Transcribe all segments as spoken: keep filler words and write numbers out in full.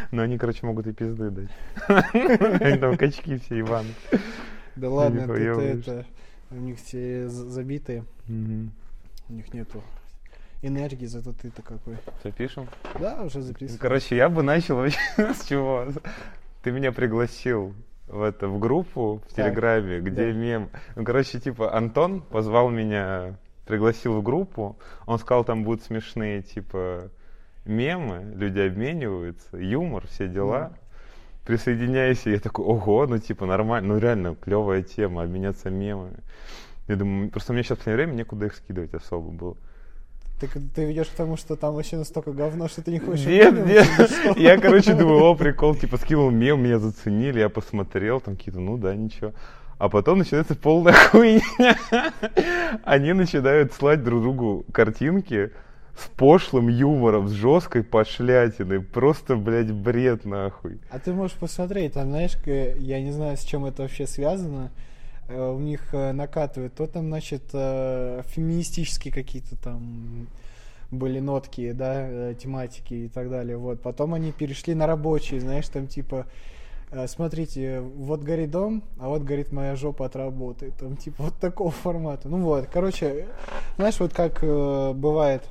Но они, короче, могут и пизды дать. Они там качки все Иваны. Да ладно, это, это, у них все забитые, Угу. у них нету энергии, зато ты-то какой. Все, пишем? Да, уже записываю. Короче, я бы начал вообще с чего? Ты меня пригласил в это, в группу в Телеграме, где да. мем. Ну, короче, типа, Антон позвал меня, пригласил в группу, он сказал, там будут смешные, типа, мемы, люди обмениваются, юмор, все дела. Mm. Присоединяйся, я такой, ого, ну, типа, нормально, ну, реально, клевая тема, обменяться мемами. Я думаю, просто мне сейчас в последнее время некуда их скидывать особо было. Ты, ты ведешь к тому, что там вообще настолько говно, что ты не хочешь... Нет, нет, я, короче, думаю, о, прикол, типа, скинул мем, меня заценили, я посмотрел, там какие-то, ну да, ничего. А потом начинается полная хуйня. Они начинают слать друг другу картинки с пошлым юмором, с жесткой пошлятиной. Просто, блядь, бред, нахуй. А ты можешь посмотреть, там, знаешь, я не знаю, с чем это вообще связано, у них накатывает, то там, значит, феминистические какие-то там были нотки, да, тематики и так далее, вот. Потом они перешли на рабочие, знаешь, там типа, смотрите, вот горит дом, а вот горит моя жопа от работы, там типа вот такого формата. Ну вот, короче, знаешь, вот как э, бывает,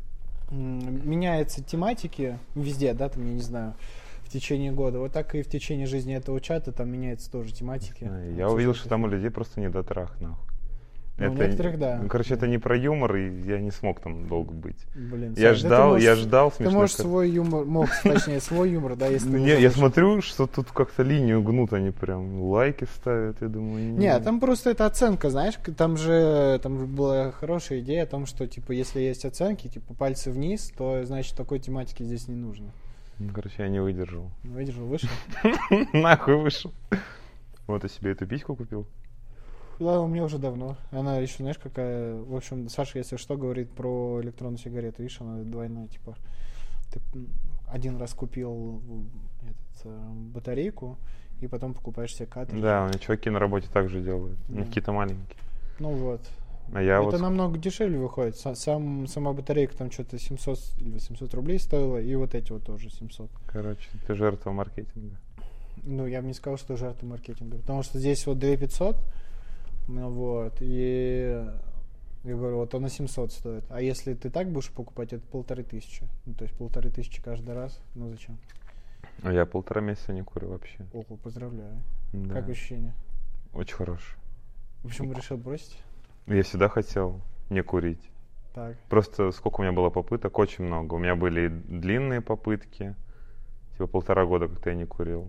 меняются тематики везде, да, там, я не знаю, в течение года. Вот так и в течение жизни этого чата там меняются тоже тематики. Я вот увидел, что там у людей просто недотрах, нахуй. Ну, это, у некоторых, да. Ну, короче, да. это не про юмор, и я не смог там долго быть. Блин, я Саш, ждал, можешь, я ждал смешно. Ты можешь свой юмор, мог, точнее, свой юмор, да, если ты Не, я смотрю, что тут как-то линию гнут, они прям лайки ставят, я думаю... Не, там просто это оценка, знаешь, там же там была хорошая идея о том, что, типа, если есть оценки, типа, пальцы вниз, то, значит, такой тематики здесь не нужно. Ну, короче, я не выдержал. Не выдержал, вышел? Нахуй вышел. Вот я себе эту письку купил. Да, у меня уже давно. Она еще, знаешь, какая... В общем, Саша, если что, говорит про электронную сигарету. Видишь, она двойная, типа... Ты один раз купил этот, батарейку, и потом покупаешь себе картридж. Да, у меня чуваки на работе также делают. Да. Ну, какие-то маленькие. Ну вот. А я Это вот... намного дешевле выходит. Сам, сама батарейка там что-то семьсот или восемьсот рублей стоила, и вот эти вот тоже семьсот. Короче, ты жертва маркетинга. Ну, я бы не сказал, что жертва маркетинга. Потому что здесь вот две тысячи пятьсот, ну вот, и я говорю, вот она семьсот стоит. А если ты так будешь покупать, это полторы тысячи. Ну, то есть полторы тысячи каждый раз. Ну, зачем? А я полтора месяца не курю вообще. Ого, поздравляю. Да. Как ощущение? Очень хорошее. Почему решил бросить? Я всегда хотел не курить. Так. Просто сколько у меня было попыток, очень много. У меня были длинные попытки, типа полтора года, как-то я не курил.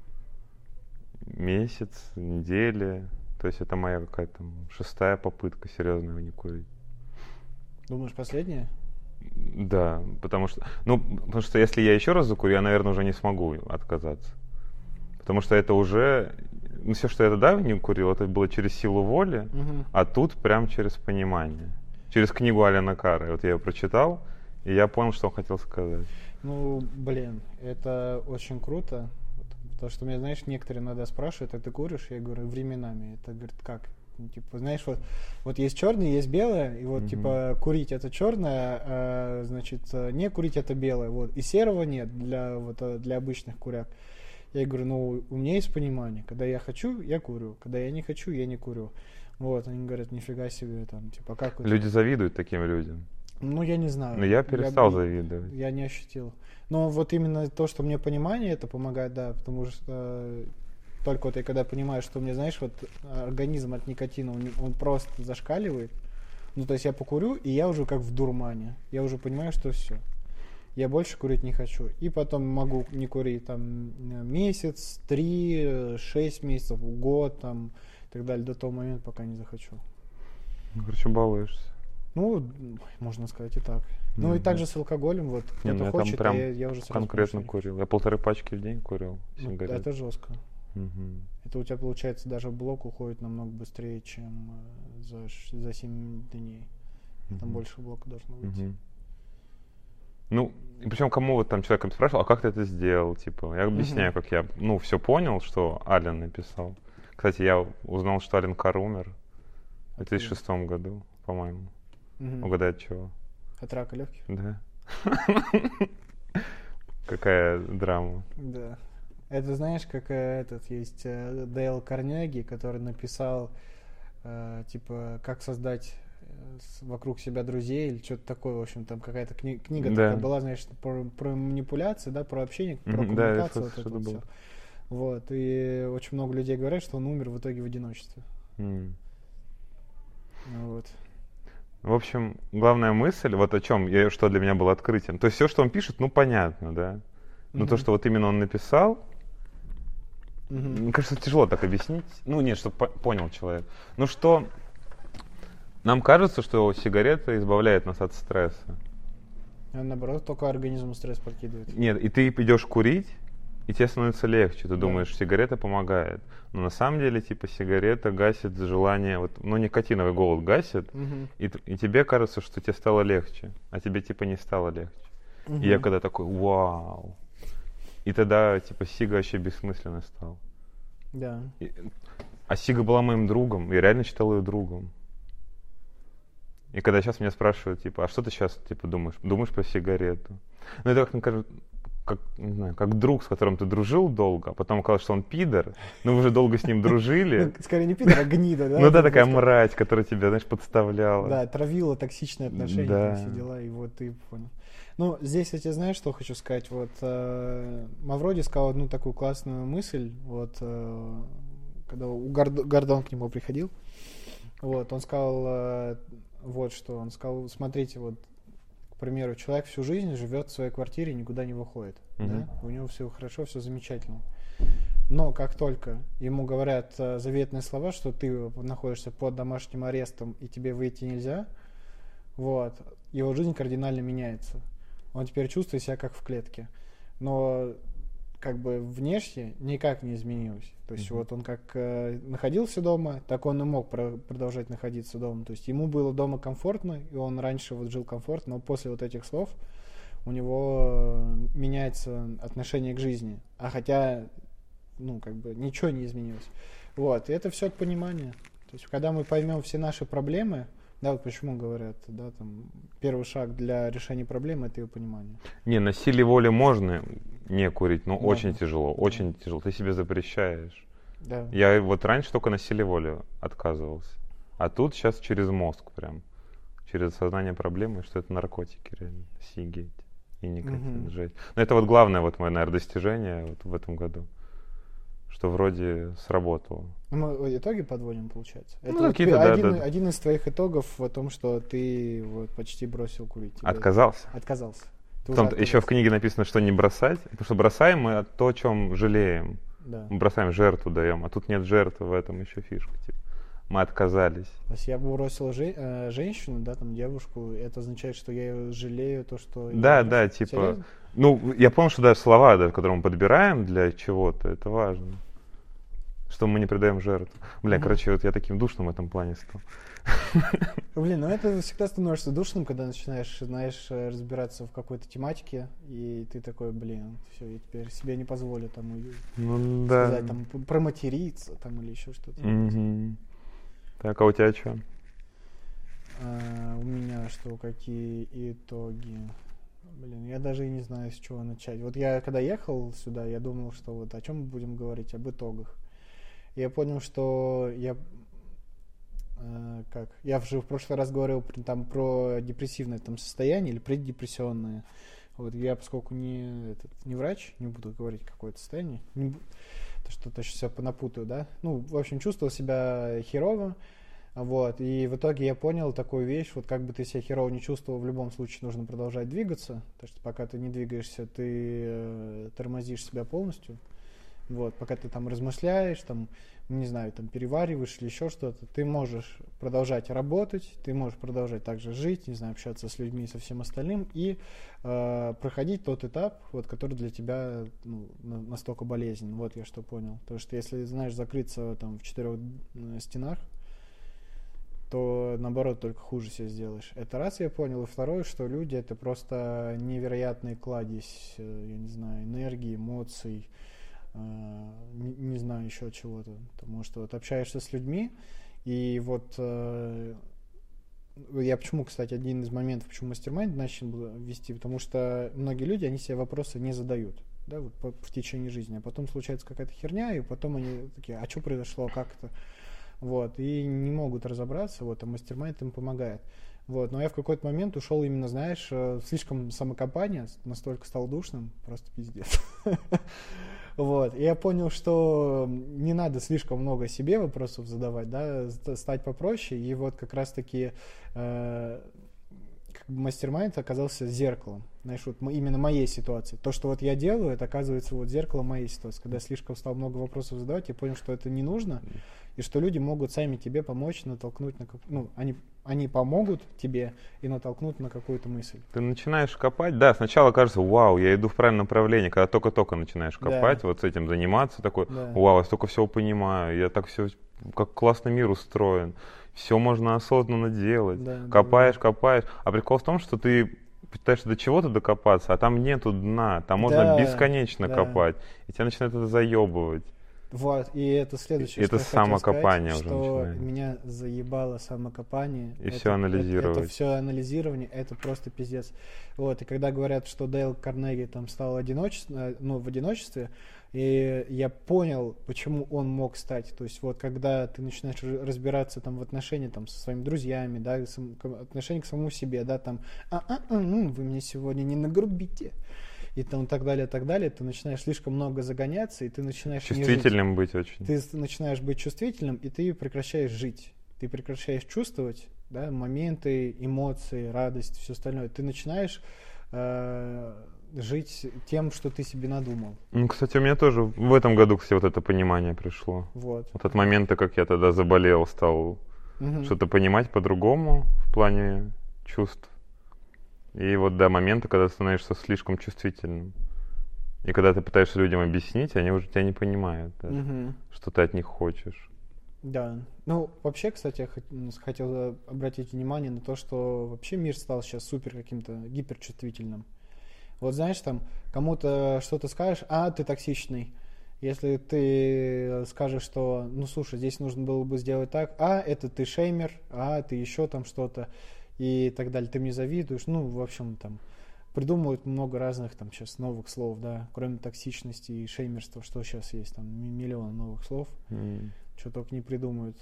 Месяц, недели. То есть это моя какая-то там шестая попытка серьезно не курить. Думаешь, последняя? Да, потому что, ну, потому что если я еще раз закурю, я, наверное, уже не смогу отказаться. Потому что это уже, ну, все, что я тогда не курил, это было через силу воли, угу. А тут прям через понимание. Через книгу Алена Карра. Вот я ее прочитал, и я понял, что он хотел сказать. Ну, блин, это очень круто. Потому что меня, знаешь, некоторые иногда спрашивают, а ты куришь? Я говорю, временами. Это, говорит, как? Ну, типа, знаешь, вот, вот есть черное, есть белое, и вот, mm-hmm. типа, курить это черное, а, значит, не курить это белое, вот. И серого нет для, вот, для обычных куряк. Я говорю, ну, у меня есть понимание. Когда я хочу, я курю. Когда я не хочу, я не курю. Вот, они говорят, нифига себе, там, типа, как... Люди завидуют таким людям. Ну, я не знаю. Но я перестал я, завидовать. Я не ощутил. Но вот именно то, что мне понимание, это помогает, да, потому что э, только вот я когда понимаю, что мне, знаешь, вот организм от никотина, он, он просто зашкаливает. Ну, то есть я покурю, и я уже как в дурмане. Я уже понимаю, что все. Я больше курить не хочу. И потом могу не курить там месяц, три, шесть месяцев, год, там, и так далее, до того момента, пока не захочу. Ну, короче, балуешься. Ну, можно сказать и так. Ну, ну и также с алкоголем, вот, кто-то ну, хочет, прям а я, я уже сразу конкретно понимаю, курил. Я полторы пачки в день курил сигарет. Ну, это жестко. Угу. Это у тебя, получается, даже блок уходит намного быстрее, чем за, за семь дней. Угу. Там больше блока должно быть. Угу. Ну, и причем кому вот там человек спрашивал, а как ты это сделал? Типа, я объясняю, угу. как я, ну, все понял, что Ален написал. Кстати, я узнал, что Ален Карр умер в две тысячи шестом году, по-моему. Угу. Угадай, от чего? От рака легких? Да. какая драма. Да. Это знаешь, как э, этот есть э, Дейл Карнеги, который написал э, типа как создать э, с- вокруг себя друзей или что-то такое, в общем, там какая-то кни- книга такая Да. была, знаешь, про, про манипуляции, да, про общение, про Мгм, да, коммуникацию, что- вот это что-то вот было. все. Вот, и очень много людей говорят, что он умер в итоге в одиночестве. М. Ну вот. В общем, главная мысль, вот о чем, я, что для меня было открытием. То есть все, что он пишет, ну понятно, да. Но то, Мгм. что вот именно он написал, Мгм. мне кажется, тяжело так объяснить. Ну нет, чтобы понял человек. Ну что, нам кажется, что сигарета избавляет нас от стресса. А наоборот, только организм стресс подкидывает. Нет, и ты идешь курить, и тебе становится легче. Ты Да. думаешь, сигарета помогает. Но на самом деле, типа, сигарета гасит желание, вот, ну, никотиновый голод гасит, Мгм. и, т- и тебе кажется, что тебе стало легче, а тебе, типа, не стало легче. И я Мгм. когда такой, вау. И тогда, типа, сига вообще бессмысленный стал. Да. И- а сига была моим другом, я реально считал ее другом. И когда сейчас меня спрашивают, типа, а что ты сейчас, типа, думаешь? Думаешь про сигарету? Ну, это как, мне кажется, как, не знаю, как друг, с которым ты дружил долго, а потом оказалось, что он пидор, но вы уже долго с ним дружили. Ну, скорее не пидор, а гнида, да? Ну да, Вот такая просто. мразь, которая тебя, знаешь, подставляла. Да, травила токсичные отношения, Да. там все дела, и вот ты понял. Ну, здесь я тебе знаешь, что хочу сказать? Вот э, Мавроди сказал одну такую классную мысль, вот, э, когда у Горд- Гордон к нему приходил, вот, он сказал, э, вот что, он сказал, смотрите, вот, к примеру, человек всю жизнь живет в своей квартире, никуда не выходит, Мгм. да, у него все хорошо, все замечательно. Но как только ему говорят э, заветные слова, что ты находишься под домашним арестом и тебе выйти нельзя, вот, его жизнь кардинально меняется. Он теперь чувствует себя как в клетке. Но как бы внешне никак не изменилось. То есть Мгм. вот он как э, находился дома, так он и мог про- продолжать находиться дома. То есть ему было дома комфортно, и он раньше вот жил комфортно, но после вот этих слов у него э, меняется отношение к жизни. А хотя, ну, как бы ничего не изменилось. Вот, и это все от понимания. То есть, когда мы поймем все наши проблемы, да, вот почему говорят, да, там, первый шаг для решения проблемы — это ее понимание. Не, на силе воли можно не курить, но Можно. очень тяжело, Да. очень тяжело. Ты себе запрещаешь. Да. Я вот раньше только на силе воли отказывался. А тут сейчас через мозг прям. Через осознание проблемы, что это наркотики реально. Сиги эти и никотин, Мгм. жесть. Но это вот главное вот мое, наверное, достижение вот в этом году. Что вроде сработало. Ну, мы итоги подводим, получается. Ну, Это вот какие-то, тебе да, один, да. один из твоих итогов о том, что ты вот почти бросил курить. Тебе Отказался. Отказался. Ты Потом уже еще в отказался. книге написано, что не бросать. Потому что бросаем мы от то, о чем жалеем. Да. Мы бросаем, жертву даем. А тут нет жертвы, в этом еще фишка. Типа. Мы отказались. То есть я бы бросил же- э, женщину, да, там девушку, это означает, что я ее жалею, то, что... я Да, бросил? да, типа. Серьезно? Ну, я помню, что даже слова, да, которые мы подбираем для чего-то, это важно. Что мы не предаем жертву. Бля, Мгм. короче, вот я таким душным в этом плане стал. Блин, ну это всегда становишься душным, когда начинаешь, знаешь, э, разбираться в какой-то тематике, и ты такой, блин, все, я теперь себе не позволю там уй- Ну да. сказать, там, п- проматериться, там, или еще что-то. Мгм. Так, а у тебя что? А, у меня что, какие итоги? Блин, я даже и не знаю, с чего начать. Вот я, когда ехал сюда, я думал, что вот о чем мы будем говорить, об итогах. И я понял, что я э, как я уже в прошлый раз говорил про- там про депрессивное там состояние или преддепрессионное. Вот я, поскольку не этот, не врач, не буду говорить какое-то состояние, не бу- то что-то сейчас все понапутаю, да. Ну, в общем, чувствовал себя херово. Вот, и в итоге я понял такую вещь, вот как бы ты себя херово не чувствовал, в любом случае нужно продолжать двигаться, потому что пока ты не двигаешься, ты э, тормозишь себя полностью. Вот, пока ты там размышляешь, там, не знаю, там перевариваешь или еще что-то, ты можешь продолжать работать, ты можешь продолжать также жить, не знаю, общаться с людьми и со всем остальным и э, проходить тот этап, вот, который для тебя ну, на- настолько болезнен. Вот я что понял. Потому что если, знаешь, закрыться там в четырех э, стенах, то наоборот только хуже себе сделаешь. Это раз я понял. И второе, что люди это просто невероятная кладезь, э, я не знаю, энергии, эмоций, э, не, не знаю еще чего-то. Потому что вот общаешься с людьми, и вот э, я почему, кстати, один из моментов, почему мастер-майнд начал вести, потому что многие люди, они себе вопросы не задают, да, вот по, в течение жизни, а потом случается какая-то херня, и потом они такие, а что произошло, как это, вот, и не могут разобраться, вот, а мастер-майнд им помогает. Вот, но я в какой-то момент ушел именно, знаешь, слишком самокопание, настолько стал душным, просто пиздец. Вот, и я понял, что не надо слишком много себе вопросов задавать, да, стать попроще, и вот как раз-таки э, мастер-майнд оказался зеркалом, знаешь, вот именно моей ситуации. То, что вот я делаю, это оказывается вот зеркало моей ситуации. Когда я слишком стал много вопросов задавать, я понял, что это не нужно, и что люди могут сами тебе помочь, натолкнуть на, ну, они, они помогут тебе и натолкнут на какую-то мысль. Ты начинаешь копать, да, сначала кажется, вау, я иду в правильном направлении, когда только-только начинаешь копать, да. Вот с этим заниматься, такой, да. Вау, я столько всего понимаю, я так все, как классно мир устроен, все можно осознанно делать, да, копаешь, да, да. копаешь, а прикол в том, что ты пытаешься до чего-то докопаться, а там нету дна, там можно да, бесконечно да. копать, и тебя начинает это заебывать. Вот, и это следующее, это что я самокопание сказать, уже что начинает. Меня заебало самокопание. И это, все анализировать. Это, это все анализирование, это просто пиздец. Вот, и когда говорят, что Дейл Карнеги там стал одиночестве, ну, в одиночестве, и я понял, почему он мог стать. То есть вот когда ты начинаешь разбираться там в отношении там со своими друзьями, да, отношении к самому себе, да, там, а-а-а, ну, вы мне сегодня не нагрубите. И там так далее, так далее, ты начинаешь слишком много загоняться, и ты начинаешь чувствительным быть очень. Ты начинаешь быть чувствительным, и ты прекращаешь жить. Ты прекращаешь чувствовать, да, моменты, эмоции, радость, все остальное. Ты начинаешь э, жить тем, что ты себе надумал. Ну, кстати, у меня тоже в этом году, кстати, вот это понимание пришло. Вот. Вот от момента, как я тогда заболел, стал угу. что-то понимать по-другому в плане чувств. И вот до момента, когда ты становишься слишком чувствительным. И когда ты пытаешься людям объяснить, они уже тебя не понимают, даже, угу. что ты от них хочешь. Да. Ну, вообще, кстати, я хотел обратить внимание на то, что вообще мир стал сейчас супер каким-то гиперчувствительным. Вот знаешь, там, кому-то что-то скажешь, а, ты токсичный. Если ты скажешь, что, ну, слушай, здесь нужно было бы сделать так, а, это ты шеймер, а, ты еще там что-то. И так далее, ты мне завидуешь, ну, в общем, там, придумывают много разных, там, сейчас новых слов, да, кроме токсичности и шеймерства, что сейчас есть, там, миллион новых слов, mm. что только не придумают.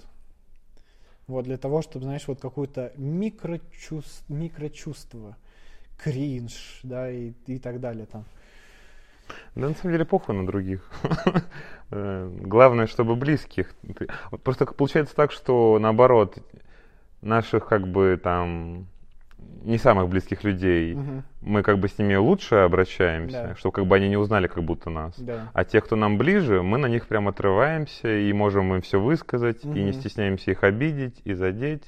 Вот, для того, чтобы, знаешь, вот какое-то микрочувство, микрочувство, кринж, да, и, и так далее, там. Да, на самом деле, похуй на других. Главное, чтобы близких. Просто получается так, что, наоборот, наших, как бы, там, не самых близких людей, угу. мы, как бы, с ними лучше обращаемся, да. чтобы, как бы, они не узнали, как будто нас. Да. А те, кто нам ближе, мы на них прям отрываемся и можем им все высказать, угу. и не стесняемся их обидеть и задеть.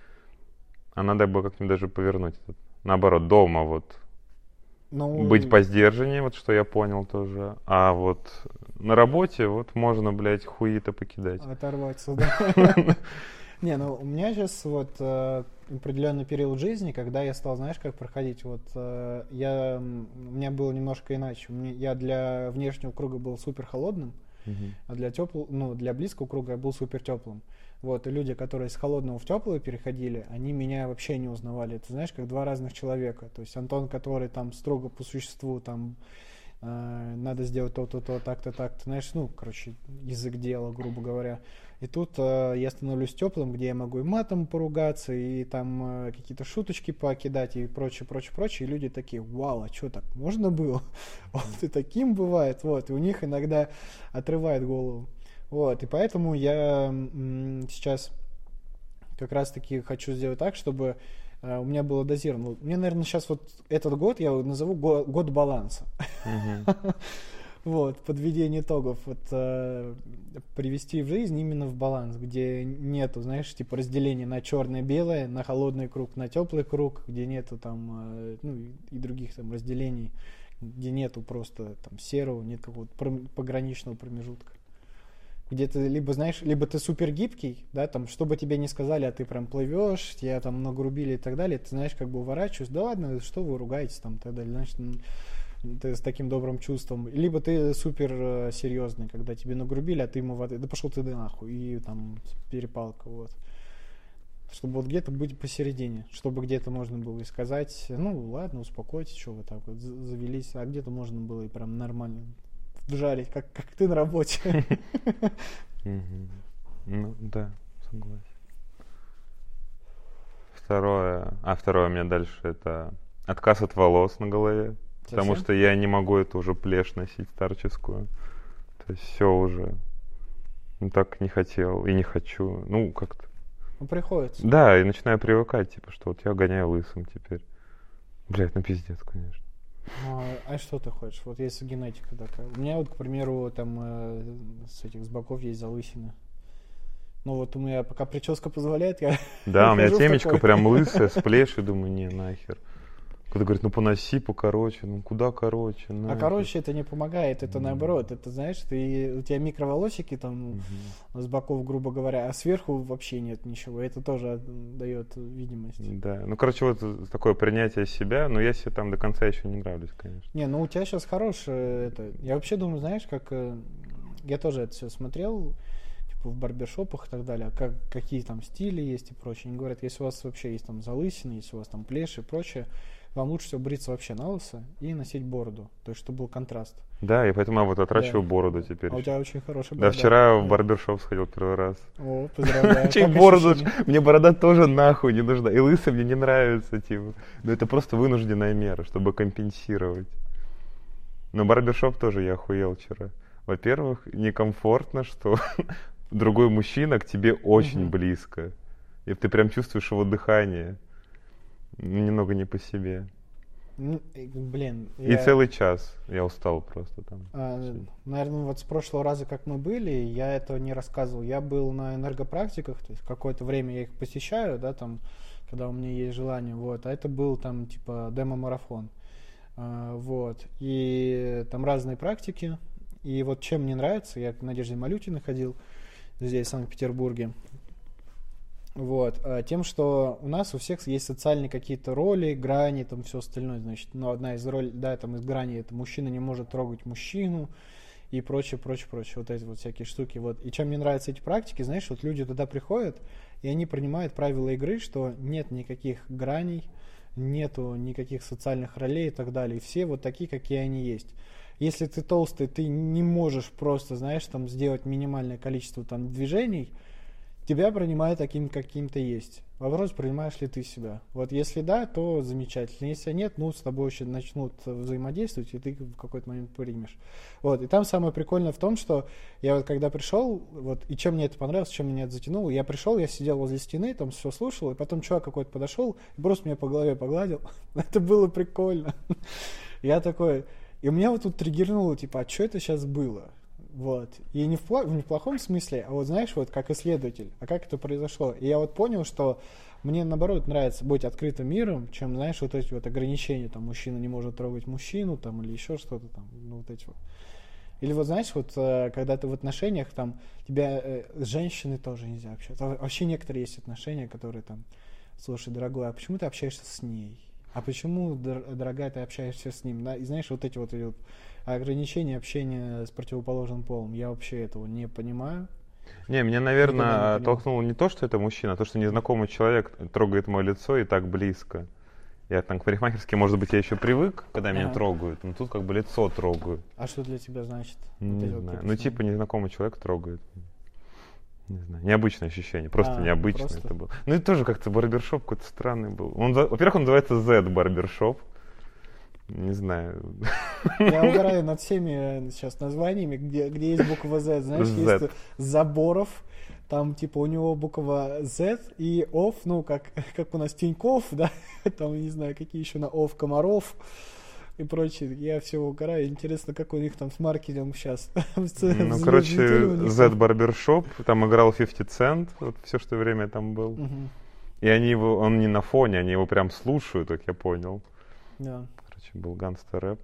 А надо бы как-нибудь даже повернуть. Наоборот, дома вот ну... быть посдержаннее, вот что я понял тоже. А вот на работе вот можно, блядь, хуи-то покидать. Оторваться, да. Не, ну у меня сейчас вот э, определенный период жизни, когда я стал, знаешь, как проходить, вот э, я, у меня было немножко иначе. Мне, я для внешнего круга был супер холодным, uh-huh. а для теплого, ну, для близкого круга я был супер теплым. Вот, и люди, которые с холодного в теплое переходили, они меня вообще не узнавали. Это, знаешь, как два разных человека. То есть Антон, который там строго по существу, там, э, надо сделать то-то, то, так-то, так-то, знаешь, ну, короче, язык дела, грубо говоря. И тут э, я становлюсь теплым, где я могу и матом поругаться, и там э, какие-то шуточки покидать, и прочее, прочее, прочее. И люди такие, вау, а что, так можно было? Вот, и таким бывает, вот. И у них иногда отрывает голову. Вот, и поэтому я м, сейчас как раз-таки хочу сделать так, чтобы э, у меня было дозировано. Мне, наверное, сейчас вот этот год я назову го- год баланса. Uh-huh. Вот, подведение итогов, вот, э, привести в жизнь именно в баланс, где нету, знаешь, типа разделения на черное-белое, на холодный круг, на теплый круг, где нету там, э, ну, и других там разделений, где нету просто там серого, нет какого-то пограничного промежутка. Где ты либо, знаешь, либо ты супер гибкий, да, там, что бы тебе ни сказали, а ты прям плывешь, тебя там нагрубили и так далее, ты, знаешь, как бы уворачиваешь, да ладно, что вы ругаетесь там и так далее, знаешь, ты с таким добрым чувством, либо ты супер э, серьезный, когда тебе нагрубили, а ты ему воды, да пошел ты да нахуй, и там перепалка, вот. Чтобы вот где-то быть посередине, чтобы где-то можно было и сказать, ну ладно, успокойтесь, что вы так вот завелись, а где-то можно было и прям нормально вжарить, как, как ты на работе. Ну да, согласен. Второе, а второе у меня дальше это отказ от волос на голове, потому что я не могу эту уже плешь носить старческую. То есть все уже, ну, так не хотел и не хочу, ну как-то. Ну, приходится. Да, и начинаю привыкать, типа, что вот я гоняю лысым теперь. Блядь, ну пиздец, конечно. Ну, а что ты хочешь? Вот если генетика такая. У меня вот, к примеру, там э, с этих с боков есть залысины. Ну вот у меня пока прическа позволяет, я Да, у меня темечко такой... прям лысая, с плешью, думаю, не, нахер. Кто-то говорит, ну поноси покороче, ну куда короче, нахер. А короче это не помогает, это mm. наоборот, это знаешь, ты, у тебя микроволосики там mm-hmm. с боков, грубо говоря, а сверху вообще нет ничего, это тоже дает видимость. Да, ну короче вот такое принятие себя, но я себе там до конца еще не нравлюсь, конечно. Не, ну у тебя сейчас хорошее, это, я вообще думаю, знаешь, как, я тоже это все смотрел, в барбершопах и так далее, как, какие там стили есть и прочее. Они говорят, если у вас вообще есть там залысины, если у вас там плешь и прочее, вам лучше всего бриться вообще на лысо и носить бороду, то есть чтобы был контраст. Да, и поэтому я вот отращиваю да. бороду теперь. А у тебя очень хорошая борода. Да, вчера да. в барбершоп сходил первый раз. О, поздравляю. Чей бороду? Мне борода тоже нахуй не нужна. И лысо мне не нравится, типа. Но это просто вынужденная мера, чтобы компенсировать. Но барбершоп тоже я охуел вчера. Во-первых, некомфортно, что другой мужчина к тебе очень угу. близко. И ты прям чувствуешь его дыхание. Немного не по себе. Ну, блин. И я... целый час. Я устал просто там. А, наверное, вот с прошлого раза, как мы были, я этого не рассказывал. Я был на энергопрактиках, то есть какое-то время я их посещаю, да, там, когда у меня есть желание, вот. А это был там типа демо-марафон. А, вот. И там разные практики. И вот чем мне нравится, я к Надежде Малютиной ходил здесь, в Санкт-Петербурге. Вот. Тем, что у нас у всех есть социальные какие-то роли, грани, там все остальное, значит, ну, одна из ролей, да, там из граней, это мужчина не может трогать мужчину и прочее, прочее, прочее, вот эти вот всякие штуки, вот. И чем мне нравятся эти практики, знаешь, вот люди туда приходят, и они принимают правила игры, что нет никаких граней, нету никаких социальных ролей и так далее, и все вот такие, какие они есть. Если ты толстый, ты не можешь просто, знаешь, там сделать минимальное количество там движений, тебя принимают таким, каким ты есть. Вопрос, принимаешь ли ты себя. Вот если да, то замечательно. Если нет, ну, с тобой еще начнут взаимодействовать, и ты в какой-то момент примешь. Вот. И там самое прикольное в том, что я вот когда пришел, вот, и чем мне это понравилось, чем меня это затянуло, я пришел, я сидел возле стены, там все слушал, и потом чувак какой-то подошел, и просто меня по голове погладил. Это было прикольно. Я такой... И у меня вот тут триггернуло, типа, а что это сейчас было? Вот. И не в, пла- не в плохом смысле, а вот знаешь, вот как исследователь, а как это произошло. И я вот понял, что мне, наоборот, нравится быть открытым миром, чем, знаешь, вот эти вот ограничения, там, мужчина не может трогать мужчину, там, или еще что-то там, ну, вот эти вот. Или вот, знаешь, вот, когда ты в отношениях, там, тебя э, с женщиной тоже нельзя общаться. Вообще некоторые есть отношения, которые там, слушай, дорогой, а почему ты общаешься с ней? А почему, дорогая, ты общаешься с ним? И знаешь, вот эти вот, эти вот ограничения общения с противоположным полом, я вообще этого не понимаю. Не, меня, наверное, не толкнуло не то, что это мужчина, а то, что незнакомый человек трогает мое лицо и так близко. Я там к парикмахерской, может быть, я еще привык, когда ага. меня трогают, но тут как бы лицо трогают. А что для тебя значит? Не вот знаю. Ну, типа, незнакомый человек трогает. Не знаю, необычное ощущение, просто а, необычное просто? Это было. Ну и тоже как-то барбершоп какой-то странный был. Он, во-первых, он называется Z барбершоп. Не знаю. Я угораю над всеми сейчас названиями, где, где есть буква Z. Знаешь, Z. Есть Заборов, там типа у него буква Z и Ов, ну как, как у нас Тиньков, да, там не знаю, какие еще на Ов, Комаров и прочее. Я все угораю. Интересно, как у них там с маркетингом сейчас. Ну, короче, Z Barbershop, там играл пятьдесят Cent, вот все, что время там был. Угу. И они его, он не на фоне, они его прям слушают, как я понял. Да. Короче, был гангстер-рэп.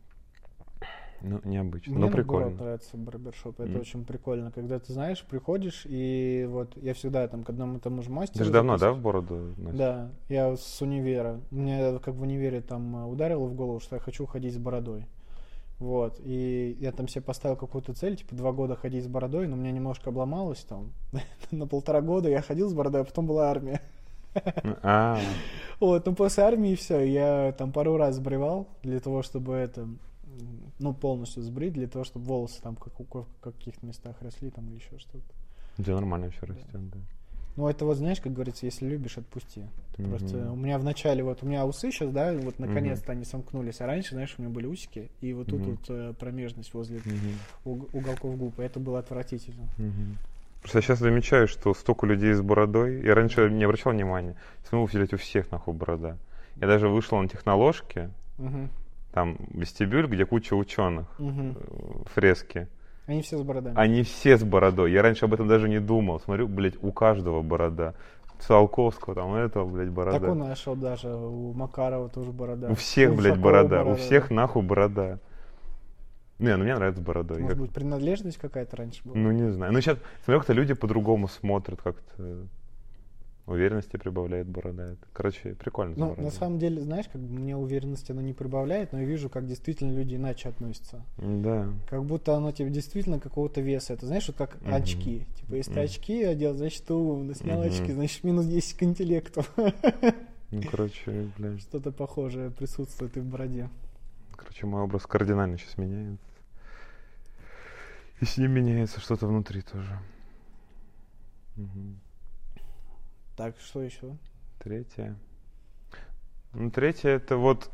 Ну, необычно, мне но прикольно. Мне нравится барбершоп, это mm. очень прикольно. Когда ты знаешь, приходишь, и вот я всегда там к одному тому же мастеру... Ты же давно, да, в бороду носишь? Да, я с универа. Мне как в универе там ударило в голову, что я хочу ходить с бородой. Вот, и я там себе поставил какую-то цель, типа два года ходить с бородой, но у меня немножко обломалось там. На полтора года я ходил с бородой, а потом была армия. А, Вот, ну после армии все, я там пару раз сбривал для того, чтобы это, ну полностью сбрить, для того, чтобы волосы там как у в каких-то местах росли там или еще что-то. у тебя нормально все растет, да. Ну это вот знаешь, как говорится, если любишь, отпусти. Ты Мгм. просто у меня в начале вот у меня усы сейчас, да, вот Мгм. наконец-то они сомкнулись, а раньше, знаешь, у меня были усики и вот тут Мгм. вот э, промежность возле Мгм. уг- уголков губ, и это было отвратительно. Мгм. Просто я сейчас замечаю, что столько людей с бородой. Я раньше не обращал внимания. Смотрю, блядь, у всех нахуй борода. Я даже вышел на техноложке, Мгм. там вестибюль, где куча ученых, Мгм. э, фрески. Они все с бородами. Они все с бородой. Я раньше об этом даже не думал. Смотрю, блядь, у каждого борода. Циолковского, там, у этого, блядь, борода. Так он нашел даже, у Макарова тоже борода. У всех, У блядь, Ушакова борода. У борода, всех да. нахуй борода. Не, ну мне нравится с бородой. Может Я- быть, принадлежность какая-то раньше была? Ну, не знаю. Ну, сейчас, смотрю, как-то люди по-другому смотрят, как-то уверенности прибавляет борода. Это, короче, прикольно с Ну, бородой. на самом деле, знаешь, как бы мне уверенности оно не прибавляет, но я вижу, как действительно люди иначе относятся. Да. Как будто оно тебе действительно какого-то веса. Это знаешь, вот как Мгм. очки. Типа, если ты Мгм. очки одел, значит, ты умный. Снял Мгм. очки, значит, минус десять к интеллекту. Ну, короче, блядь. Что-то похожее присутствует и в бороде. Короче, мой образ кардинально сейчас меняется. И с ним меняется что-то внутри тоже. Мгм. Так, что еще? Третье. Ну, третье это вот,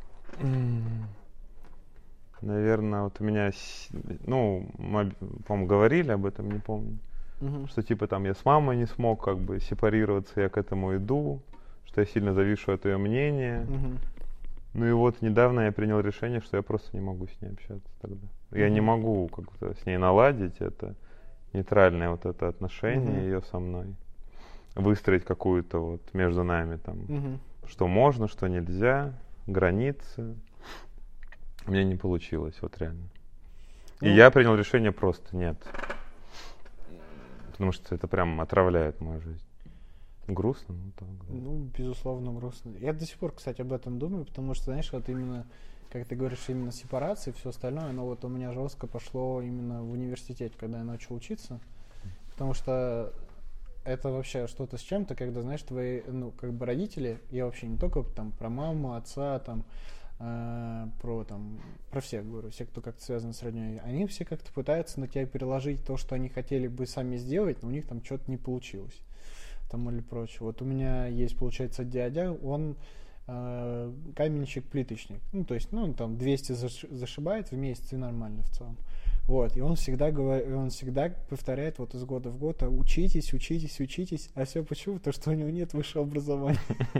наверное, вот у меня, с- ну, мы, об- по-моему, говорили об этом, не помню, Мгм. что типа там я с мамой не смог как бы сепарироваться, я к этому иду, что я сильно завишу от ее мнения. Мгм. Ну и вот недавно я принял решение, что я просто не могу с ней общаться тогда. Я не Мгм. могу как-то с ней наладить это нейтральное вот это отношение Мгм. ее со мной, выстроить какую-то вот между нами там, Мгм. что можно, что нельзя, границы. У меня не получилось, вот реально. И Ну, я принял решение просто нет. Потому что это прям отравляет мою жизнь. Грустно, ну так. Да. Ну, безусловно, грустно. Я до сих пор, кстати, об этом думаю, потому что, знаешь, вот именно, как ты говоришь, именно сепарация и все остальное, оно вот у меня жестко пошло именно в университете, когда я начал учиться. Потому что это вообще что-то с чем-то, когда, знаешь, твои, ну, как бы родители, я вообще не только там про маму, отца, там, э, про там, про всех говорю, все, кто как-то связан с родней, они все как-то пытаются на тебя переложить то, что они хотели бы сами сделать, но у них там что-то не получилось. Там или прочее. Вот у меня есть, получается, дядя, он э, каменщик-плиточник. Ну, то есть, ну, он там двести заш- зашибает в месяц и нормально в целом. Вот, и он всегда говорит, он всегда повторяет вот из года в год: учитесь, учитесь, учитесь. А все почему? Потому что у него нет высшего образования.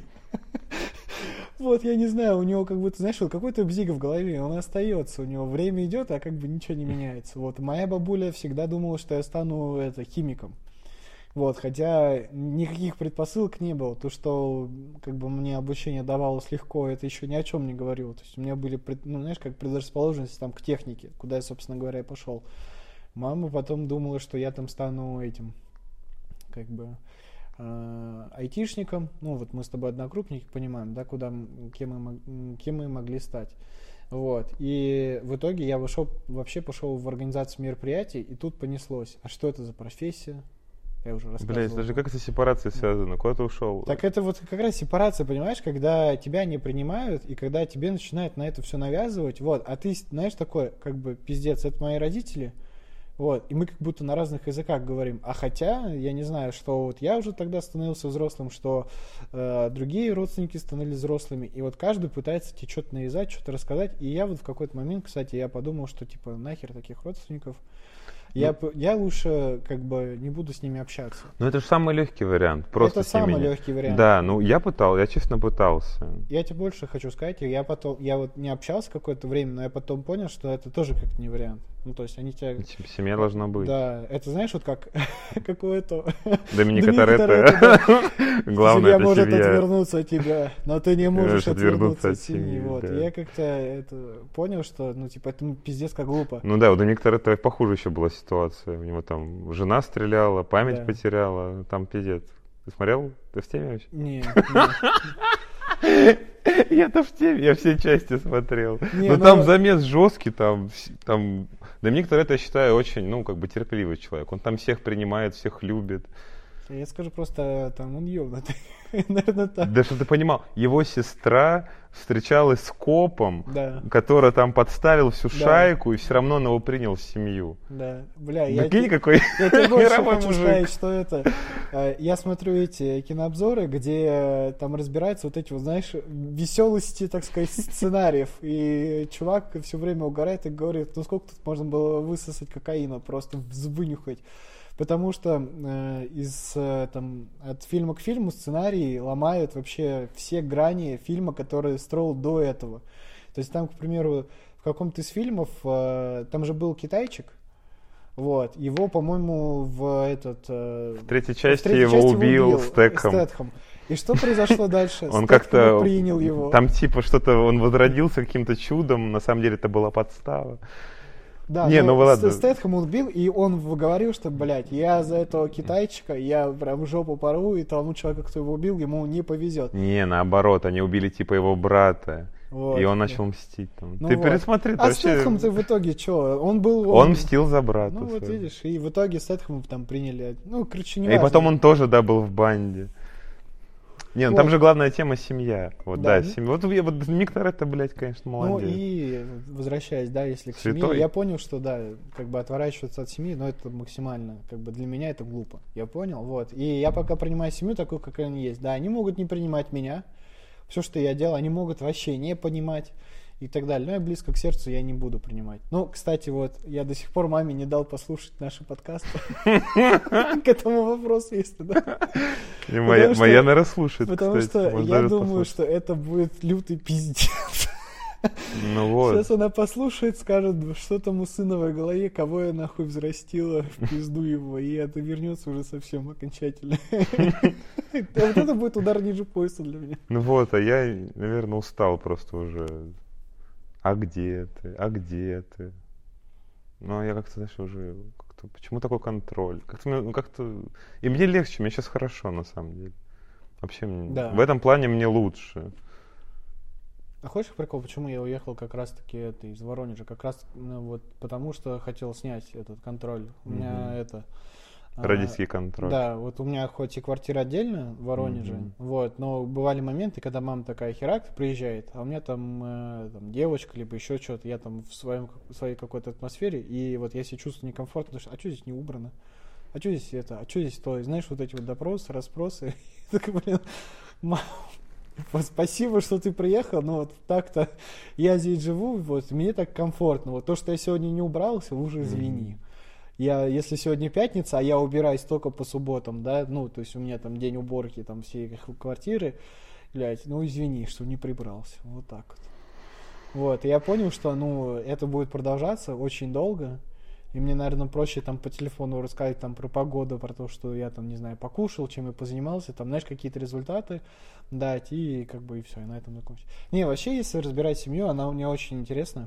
Вот, я не знаю, у него как будто, знаешь, вот какой-то бзик в голове, он остается, у него время идет, а как бы ничего не меняется. Вот, моя бабуля всегда думала, что я стану это, химиком. Вот, хотя никаких предпосылок не было. То, что как бы мне обучение давалось легко, это еще ни о чем не говорило. То есть у меня были, пред- ну, знаешь, как предрасположенности там к технике, куда я, собственно говоря, и пошел. Мама потом думала, что я там стану этим, как бы, э, айтишником. Ну, вот мы с тобой одногруппники, понимаем, да, куда, м- кем мы, мог- м, кем мы могли стать. Вот. И в итоге я вышел, вообще пошел в организацию мероприятий, и тут понеслось. А что это за профессия? Я уже рассказывал. Блядь, даже как это с сепарацией связано? Куда ты ушел? Так это вот как раз сепарация, понимаешь, когда тебя не принимают, и когда тебе начинают на это все навязывать, вот, а ты, знаешь, такой, как бы, пиздец, это мои родители, вот, и мы как будто на разных языках говорим, а хотя, я не знаю, что вот я уже тогда становился взрослым, что э, другие родственники становились взрослыми, и вот каждый пытается тебе что-то навязать, что-то рассказать, и я вот в какой-то момент, кстати, я подумал, что, типа, нахер таких родственников, Я, п- я лучше как бы не буду с ними общаться. Ну это же самый легкий вариант. Просто Это с ними самый не- легкий вариант. Да, ну я пытал, я честно пытался. Я тебе больше хочу сказать, я потом, я вот не общался какое-то время, но я потом понял, что это тоже как-то не вариант. Ну, то есть они тебя... Типа, семья должна быть. Да, это знаешь, вот как какое-то... Доминика Доминика Торетто. Главное, Семья это может семья. отвернуться от тебя, но ты не можешь можешь отвернуться отвернуться от от семьи. семьи, Вот. да. И я как-то это понял, что, ну, типа, это ну, пиздец как глупо. Ну да, у Доминика Торетто похуже еще была ситуация. У него там жена стреляла, память Да. потеряла, там пиздец. Ты смотрел? Ты в теме вообще? Не, не. Я-то в теме, я все части смотрел. Не, Но ну- там замес жесткий, там, вс- там... Доминик Торетто, я считаю, очень, ну, как бы терпеливый человек. Он там всех принимает, всех любит. Я скажу просто, там он ёбнутый. Наверное, так. Да, чтобы ты понимал, его сестра встречалась с копом, Да, который там подставил всю Да. шайку, и все равно он его принял в семью. да. Бля, я, Прикинь, те- какой я тебе больше мировой хочу мужик. сказать, что это... э, Я смотрю эти кинообзоры, где э, там разбираются вот эти, вот, знаешь, веселости, так сказать, сценариев. И чувак все время угорает и говорит, ну сколько тут можно было высосать кокаина, просто вз- вынюхать. Потому что э, из, э, там, от фильма к фильму сценарии ломают вообще все грани фильма, который строил до этого. То есть там, к примеру, в каком-то из фильмов, э, там же был китайчик, вот, его, по-моему, в этот... э, В третьей в части третьей его части убил Стэтхэм. Стэтхэм. И что произошло дальше? Он Стэтхэм как-то... принял его. Там типа что-то, он возродился каким-то чудом, на самом деле это была подстава. Да, Не, ну ну, ладно. Ст- Стэтхэм убил, и он говорил, что, блядь, я за этого китайчика, я прям в жопу порву, и тому человеку, кто его убил, ему не повезет. Не, наоборот, они убили типа его брата, Вот. и он начал мстить. Там. Ну Ты вот. пересмотри, это А вообще... Стэтхэм-то в итоге что? Он был... Он мстил за брата. Ну вот своего. видишь, и в итоге Стэтхэма там приняли. Ну, короче, не И потом он тоже, да, был в банде. Не, ну Вот. там же главная тема семья. Вот, Да, да, ну- семья. Вот, я- вот Миктор это, блядь, конечно, Ну молодец. и возвращаясь, да, если к Святой. семье, я понял, что да, как бы отворачиваться от семьи, но это максимально, как бы для меня это глупо. Я понял, вот. И я пока принимаю семью такую, какая она есть. Да, они могут не принимать меня, все, что я делаю, они могут вообще не понимать и так далее. Но я близко к сердцу я не буду принимать. Ну, кстати, вот, я до сих пор маме не дал послушать наши подкасты. К этому вопросу, если да. И моя, потому что- моя, наверное, слушает, Потому кстати. что Может, я даже думаю, послушает. что это будет лютый пиздец. Ну вот. Сейчас она послушает, скажет, что там у сына в голове, кого я нахуй взрастила, в пизду его, и это вернется уже совсем окончательно. Вот это будет удар ниже пояса для меня. Ну вот, а я, наверное, устал просто уже. А где ты? А где ты? Ну, я как-то, знаешь, уже... Как-то, почему такой контроль? Как-то, мне- ну, как-то... И мне легче, мне сейчас хорошо, на самом деле. Вообще, мне- Да. в этом плане мне лучше. А хочешь прикол, почему я уехал как раз-таки это, из Воронежа? Как раз ну, вот потому, что хотел снять этот контроль. У меня Мгм. это... а, Родительский контроль. Да, вот у меня хоть и квартира отдельно в Воронеже, Мгм. вот, но бывали моменты, когда мама такая херак приезжает, а у меня там, э, там девочка, либо еще что-то, я там в, своем, в своей какой-то атмосфере, и вот я себя чувствую некомфортно, потому что, а что здесь не убрано? А что здесь это? А что здесь то? И знаешь, вот эти вот допросы, расспросы. Я такой, блин, мам, вот спасибо, что ты приехал, но вот так-то я здесь живу, вот мне так комфортно. Вот то, что я сегодня не убрался, уже извини. Я, если сегодня пятница, а я убираюсь только по субботам, да, ну, то есть у меня там день уборки там всей х- квартиры, блядь, ну, извини, что не прибрался, вот так вот. Вот, и я понял, что, ну, это будет продолжаться очень долго, и мне, наверное, проще там по телефону рассказать там про погоду, про то, что я там, не знаю, покушал, чем я позанимался, там, знаешь, какие-то результаты дать, и как бы и все, и на этом закончить. Не, вообще, если разбирать семью, она у меня очень интересна.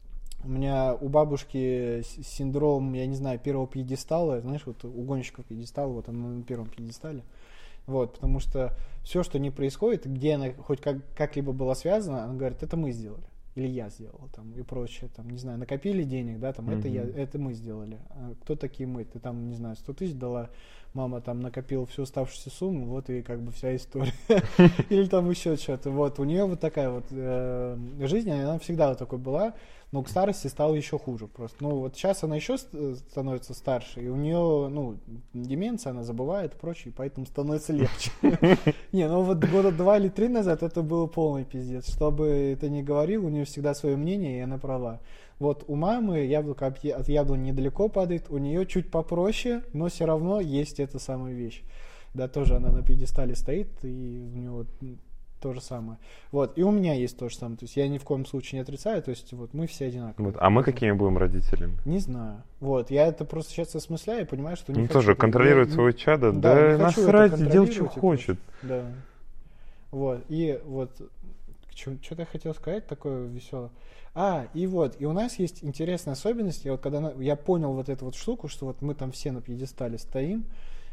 У меня у бабушки с- синдром, я не знаю, первого пьедестала, знаешь, вот у гонщиков пьедестал, вот она на первом пьедестале. Вот, потому что все, что не происходит, где она хоть как, как-либо была связана, она говорит, это мы сделали. Или я сделал, там, и прочее, там, не знаю, накопили денег, да, там, это я, Мгм. это мы сделали. А кто такие мы? Ты там, не знаю, сто тысяч дала, мама там накопила всю оставшуюся сумму, вот и как бы вся история. Или там еще что-то. Вот, у нее вот такая вот э, жизнь, она всегда вот такой была, но к старости стало еще хуже просто. Ну, вот сейчас она еще ст- становится старше, и у нее, ну, деменция, она забывает и прочее, поэтому становится легче. Не, ну вот года два или три назад это было полный пиздец. Что бы это ни говорил, у нее всегда свое мнение, и она права. Вот у мамы яблоко от я- от яблони недалеко падает, у нее чуть попроще, но все равно есть эта самая вещь. Да, тоже она на пьедестале стоит, и у нее вот м, то же самое. Вот, и у меня есть то же самое. То есть я ни в коем случае не отрицаю, то есть вот мы все одинаковые. Вот. А мы какими будем родителями? Не знаю. Вот, я это просто сейчас осмысляю и понимаю, что не Ну хочу. тоже контролировать Я- своего чада, да, да, не хочу это насрать, делай, контролировать что и хочет. Да. Вот, и вот, что-то я хотел сказать такое веселое. А, и вот, и у нас есть интересная особенность, я вот когда на- я понял вот эту вот штуку, что вот мы там все на пьедестале стоим,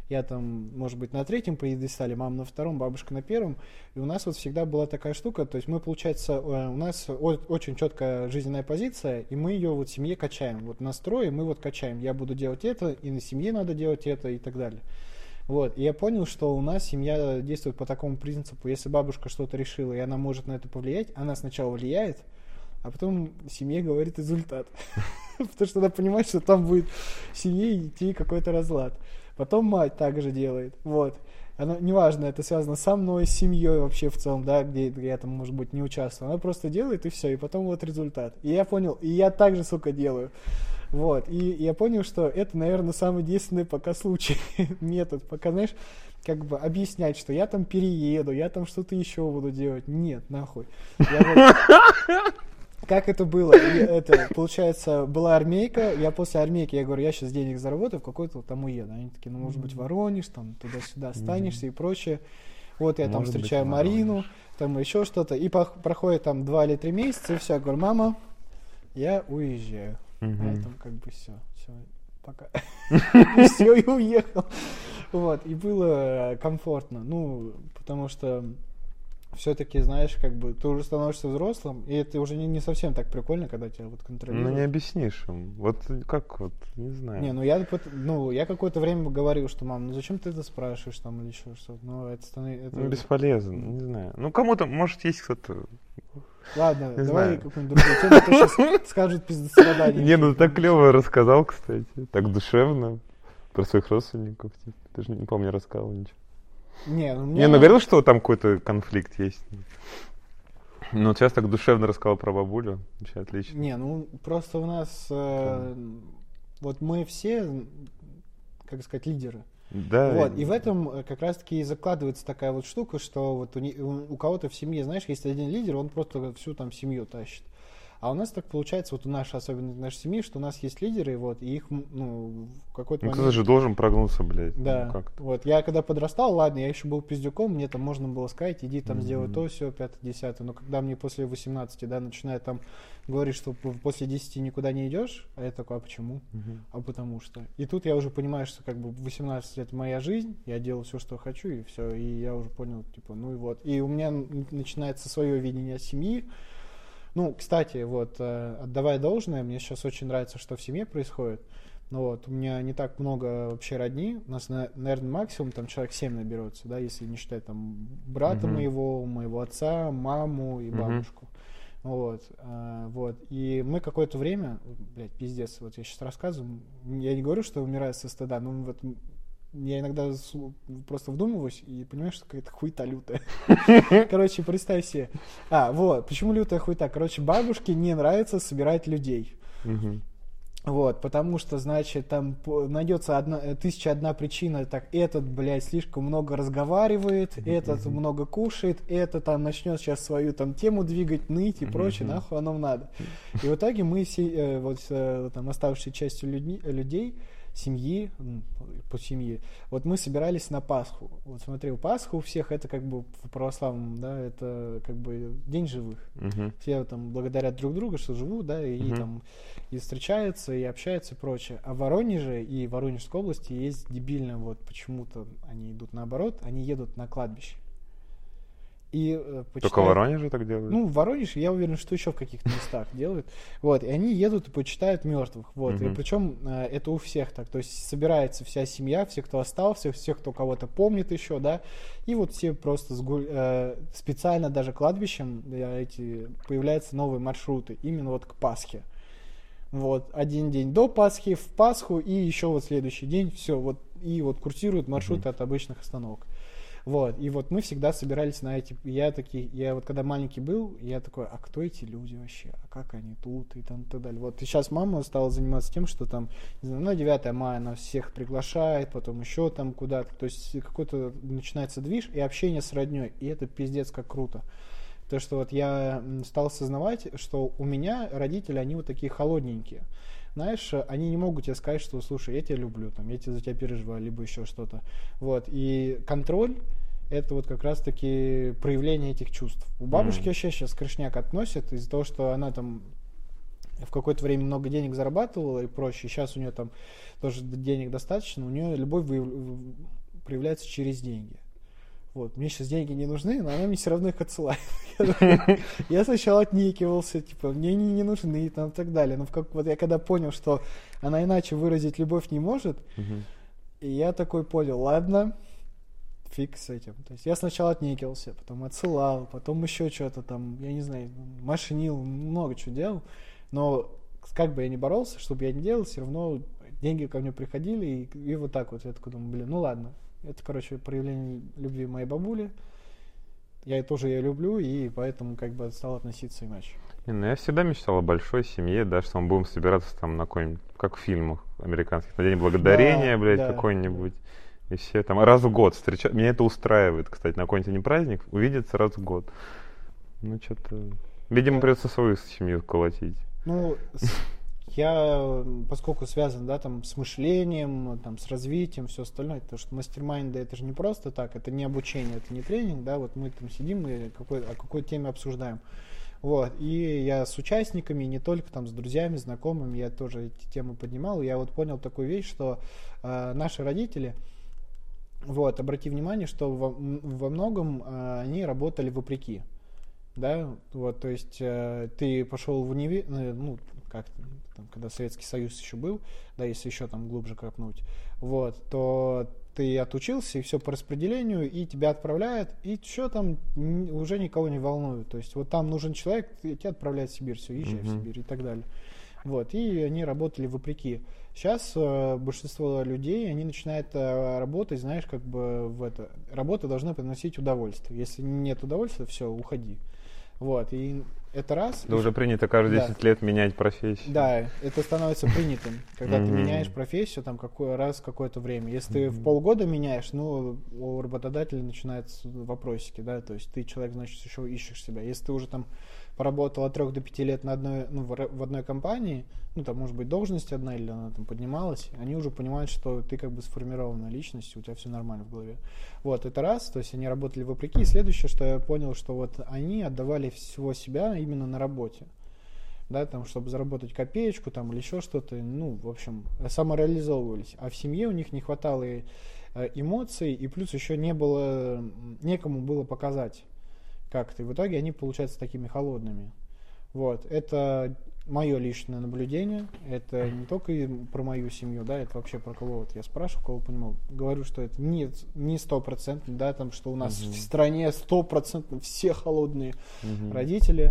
Я там, может быть, на третьем пьедестале, мама на втором, бабушка на первом. И у нас вот всегда была такая штука, то есть мы, получается, у нас очень четкая жизненная позиция, и мы ее вот в семье качаем. Вот настрой мы вот качаем. Я буду делать это, и на семье надо делать это, и так далее. Вот. И я понял, что у нас семья действует по такому принципу. Если бабушка что-то решила, и она может на это повлиять, она сначала влияет, а потом семье говорит результат. Потому что она понимает, что там будет в семье идти какой-то разлад. Потом мать также делает. Вот. Она, неважно, это связано со мной, с семьей вообще в целом, да, где я там, может быть, не участвую. Она просто делает, и все, и потом вот результат. И я понял, и я также, сука, делаю. Вот. И я понял, что это, наверное, самый действенный пока случай, метод. Пока, знаешь, как бы объяснять, что я там перееду, я там что-то еще буду делать. Нет, нахуй. Я вот... Как это было? Это, получается, была армейка, я после армейки, я говорю, я сейчас денег заработаю, в какой-то там уеду. Они такие, ну, может быть, Воронеж, там, туда-сюда останешься и прочее. Вот я там может встречаю быть, Марину, Воронеж. Там еще что-то. И по- проходит там два или три месяца, и все, я говорю, мама, я уезжаю. Угу. На этом как бы все, все, пока. И все, и уехал. Вот, и было комфортно, ну, потому что все-таки, знаешь, как бы ты уже становишься взрослым, и это уже не, не совсем так прикольно, когда тебя вот контролируют. Ну, не объяснишь им. Вот как вот, не знаю. Не, ну я, ну, я какое-то время говорил, что, мам, ну зачем ты это спрашиваешь там или еще что-то. Ну, это становится... Это... Ну, бесполезно, не знаю. Ну, кому-то, может, есть кто-то... Ладно, не давай знаю. Какую-нибудь другую тему, а то сейчас скажут пиздострадание. Не, ну так клево рассказал, кстати. Так душевно. Про своих родственников. Типа. Ты же не помню, рассказывал ничего. Не, ну, меня... Не, ну говорил, что там какой-то конфликт есть. Ну, вот сейчас так душевно рассказал про бабулю. Вообще отлично. Не, ну просто у нас э, вот мы все, как сказать, лидеры. Да. Вот, и в этом как раз-таки и закладывается такая вот штука, что вот у, у кого-то в семье, знаешь, есть один лидер, он просто всю там семью тащит. А у нас так получается, вот у нашей, особенно в нашей семьи, что у нас есть лидеры, вот, и их, ну, в какой-то ну, момент... кто-то же должен прогнуться, блядь. Да, ну, как-то. Вот, я когда подрастал, ладно, я еще был пиздюком, мне там можно было сказать, иди там mm-hmm. сделай то, все, пятое, десятое, но когда мне после восемнадцати, да, начинают там говорить, что после десяти никуда не идешь, а я такой, а почему? Mm-hmm. А потому что. И тут я уже понимаю, что как бы восемнадцать это моя жизнь, я делаю все, что хочу, и все, и я уже понял, типа, ну и вот. И у меня начинается свое видение семьи. Ну, кстати, вот, э, отдавая должное, мне сейчас очень нравится, что в семье происходит. Ну вот, у меня не так много вообще родни. У нас, на, наверное, максимум там человек семь наберется, да, если не считать там брата uh-huh. моего, моего отца, маму и бабушку. Uh-huh. Вот, э, вот. И мы какое-то время, блядь, пиздец, вот я сейчас рассказываю, я не говорю, что умираю со стыда, но вот я иногда просто вдумываюсь и понимаю, что какая-то хуйта лютая. Короче, представь себе. А, вот, почему лютая хуйта? Короче, бабушке не нравится собирать людей. Угу. Вот, потому что, значит, там найдется одна, тысяча одна причина, так, этот, блядь, слишком много разговаривает, uh-huh. этот много кушает, этот там начнет сейчас свою там тему двигать, ныть и uh-huh. прочее, нахуй оно надо. И в итоге мы все, э, вот э, там оставшей частью людьми, людей, семьи, по семье, вот мы собирались на Пасху. Вот смотри, у Пасху у всех это как бы в православном, да, это как бы день живых. Uh-huh. Все там благодарят друг друга, что живут, да, и uh-huh. там и встречаются, и общаются, и прочее. А в Воронеже и в Воронежской области есть дебильно, вот почему-то они идут наоборот, они едут на кладбище. И, э, почитают, только в Воронеже так делают? Ну, в Воронеже, я уверен, что еще в каких-то местах делают. Вот, и они едут и почитают мертвых. Вот, uh-huh. и причем э, это у всех так. То есть собирается вся семья, все, кто остался, все, кто кого-то помнит еще, да. И вот все просто сгу... э, специально даже кладбищем э, эти появляются новые маршруты именно вот к Пасхе. Вот, один день до Пасхи, в Пасху, и еще вот следующий день, все, вот, и вот курсируют маршруты uh-huh. от обычных остановок. Вот, и вот мы всегда собирались на эти, я такие, я вот когда маленький был, я такой, а кто эти люди вообще, а как они тут, и там, и так далее. Вот, и сейчас мама стала заниматься тем, что там, не знаю, ну, девятое мая она всех приглашает, потом еще там куда-то, то есть какой-то начинается движ и общение с родней, и это пиздец как круто. То, что вот я стал осознавать, что у меня родители, они вот такие холодненькие. Знаешь, они не могут тебе сказать, что, слушай, я тебя люблю, там, я тебя за тебя переживаю, либо еще что-то. Вот. И контроль — это вот как раз-таки проявление этих чувств. У бабушки mm. вообще сейчас крышняк относят из-за того, что она там в какое-то время много денег зарабатывала и прочее. Сейчас у нее там тоже денег достаточно. У нее любовь проявляется через деньги. Вот. Мне сейчас деньги не нужны, но она мне все равно их отсылает. Я сначала отнекивался, типа, мне они не нужны и там, так далее. Но как, вот я когда понял, что она иначе выразить любовь не может, и я такой понял, ладно, фиг с этим. То есть я сначала отнекивался, потом отсылал, потом еще что-то там, я не знаю, машинил, много чего делал. Но как бы я ни боролся, что бы я ни делал, все равно деньги ко мне приходили, и, и вот так вот я такой думаю, блин, ну ладно. Это, короче, проявление любви моей бабули. Я тоже ее люблю, и поэтому как бы стал относиться иначе. Не, ну я всегда мечтал о большой семье, да, что мы будем собираться там на какой-нибудь, как в фильмах американских, на День Благодарения, да, блядь, да, какой-нибудь. И все там раз в год встречать. Меня это устраивает, кстати, на какой-нибудь не праздник увидеться раз в год. Ну, что-то... Видимо, да. Придется свою семью колотить. Ну, я, поскольку связан, да, там, с мышлением, там, с развитием, все остальное, потому что мастер-майнды это же не просто так, это не обучение, это не тренинг, да, вот мы там сидим и какой, о какой теме обсуждаем. Вот, и я с участниками, не только там с друзьями, знакомыми, я тоже эти темы поднимал, и я вот понял такую вещь, что э, наши родители, вот, обрати внимание, что во, во многом э, они работали вопреки. Да, вот, то есть э, ты пошел в универ, ну, как там, когда Советский Союз еще был, да, если еще там глубже копнуть, вот, то ты отучился, и все по распределению, и тебя отправляют, и что там уже никого не волнует. То есть вот там нужен человек, тебя отправляют в Сибирь, все, езжай mm-hmm. в Сибирь и так далее. Вот, и они работали вопреки. Сейчас э, большинство людей, они начинают э, работать, знаешь, как бы в это. Работа должна приносить удовольствие. Если нет удовольствия, все, уходи. Вот, и это раз. Да, уже принято каждые десять да. лет менять профессию. Да, это становится принятым, когда mm-hmm. ты меняешь профессию там какой раз какое-то время. Если mm-hmm. ты в полгода меняешь, ну, у работодателя начинаются вопросики, да, то есть ты человек, значит, еще ищешь себя. Если ты уже там поработал от трех до пяти лет на одной, ну, в одной компании, ну, там, может быть, должность одна или она там поднималась, они уже понимают, что ты как бы сформированная личность, у тебя все нормально в голове. Вот, это раз, то есть они работали вопреки. И следующее, что я понял, что вот они отдавали всего себя именно на работе. Да, там, чтобы заработать копеечку там, или еще что-то, ну, в общем, самореализовывались. А в семье у них не хватало и, э, эмоций, и плюс еще не было, некому было показать как-то. И в итоге они получаются такими холодными. Вот. Это мое личное наблюдение. Это не только про мою семью, да, это вообще про кого вот я спрашиваю, кого понимал. Говорю, что это не, не стопроцентно, да, там, что у нас uh-huh. в стране стопроцентно все холодные uh-huh. родители,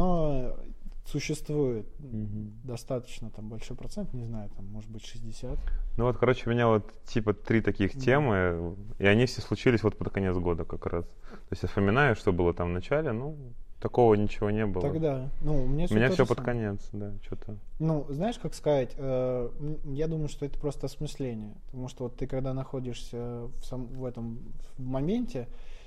но существует uh-huh. достаточно там большой процент, не знаю, там, может быть, шестьдесят. Ну вот, короче, у меня вот типа три таких uh-huh. темы, и они все случились вот под конец года как раз. То есть я вспоминаю, что было там в начале, ну, такого ничего не было. Тогда, ну, у меня все, у меня все под самое. конец, да, что-то. Ну, знаешь, как сказать, э, я думаю, что это просто осмысление, потому что вот ты когда находишься в, сам, в этом в моменте,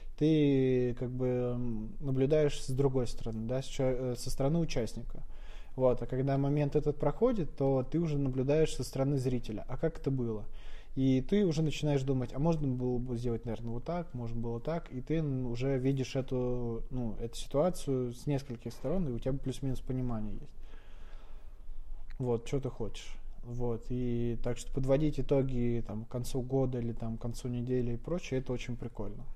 ты как бы наблюдаешь с другой стороны, да, со стороны участника. Вот, а когда момент этот проходит, то ты уже наблюдаешь со стороны зрителя. А как это было? И ты уже начинаешь думать, а можно было бы сделать, наверное, вот так, можно было так, и ты уже видишь эту, ну, эту ситуацию с нескольких сторон, и у тебя плюс-минус понимание есть. Вот, что ты хочешь. Вот, и так что подводить итоги там, к концу года или там, к концу недели и прочее, это очень прикольно.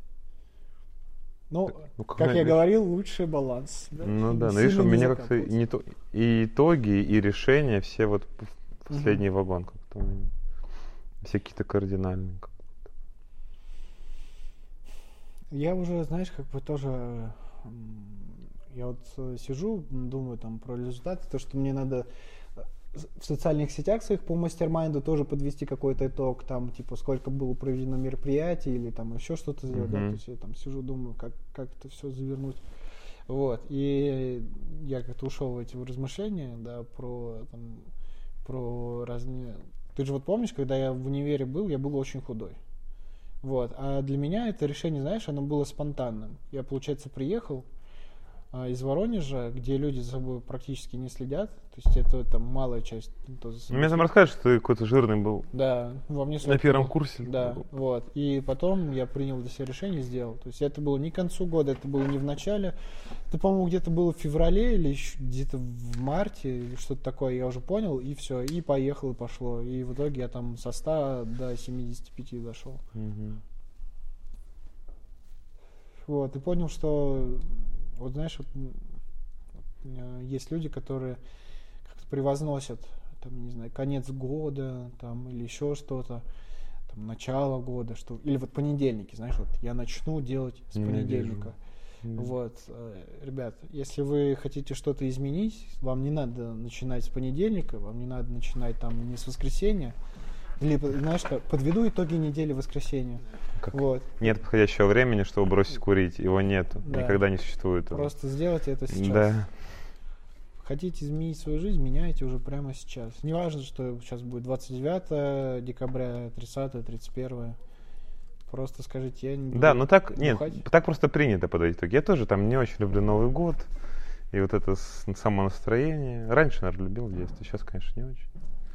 Ну, ну как, как я говорил, лучший баланс. Да? Ну да, но видишь, у меня как-то не то, и итоги, и решения все вот в последний угу. вагон как-то. Все какие-то кардинальные. Я уже, знаешь, как бы тоже, я вот сижу, думаю там про результаты, то, что мне надо в социальных сетях своих по мастер-майнду тоже подвести какой-то итог, там, типа, сколько было проведено мероприятий или там еще что-то сделать, mm-hmm. да, то есть я там сижу, думаю, как, как это все завернуть. Вот, и я как-то ушел в эти размышления, да, про, там, про разные... Ты же вот помнишь, когда я в универе был, я был очень худой. Вот. А для меня это решение, знаешь, оно было спонтанным. Я, получается, приехал, а, из Воронежа, где люди за собой практически не следят. То есть это там малая часть. Кто за собой Мне там следит. расскажешь, что ты какой-то жирный был. Да, во мне На первом курсе. Да, вот. И потом я принял для себя решение, сделал. То есть это было не к концу года, это было не в начале. Это, по-моему, где-то было в феврале или еще где-то в марте, или что-то такое, я уже понял, и все. И поехал, и пошло. И в итоге я там со ста до семидесяти пяти дошел. Угу. Вот, и понял, что, вот знаешь, вот, есть люди, которые как-то превозносят, там, не знаю, конец года, там, или еще что-то, там, начало года, что, или вот понедельники, знаешь, вот я начну делать с понедельника. Mm-hmm. Вот, ребят, если вы хотите что-то изменить, вам не надо начинать с понедельника, вам не надо начинать там не с воскресенья, или, знаешь, как, подведу итоги недели воскресенья. Как Вот. нет подходящего времени, чтобы бросить курить, его нету, Да. никогда не существует. Просто сделайте это сейчас. Да. Хотите изменить свою жизнь, меняйте уже прямо сейчас. Не важно, что сейчас будет двадцать девятое декабря, тридцатое, тридцать первое. Просто скажите, я не буду Да, ну так, нет, бухать. так просто принято подводить итоги. Я тоже там не очень люблю Новый год. И вот это с- само настроение. Раньше, наверное, любил в детстве, сейчас, конечно, не очень.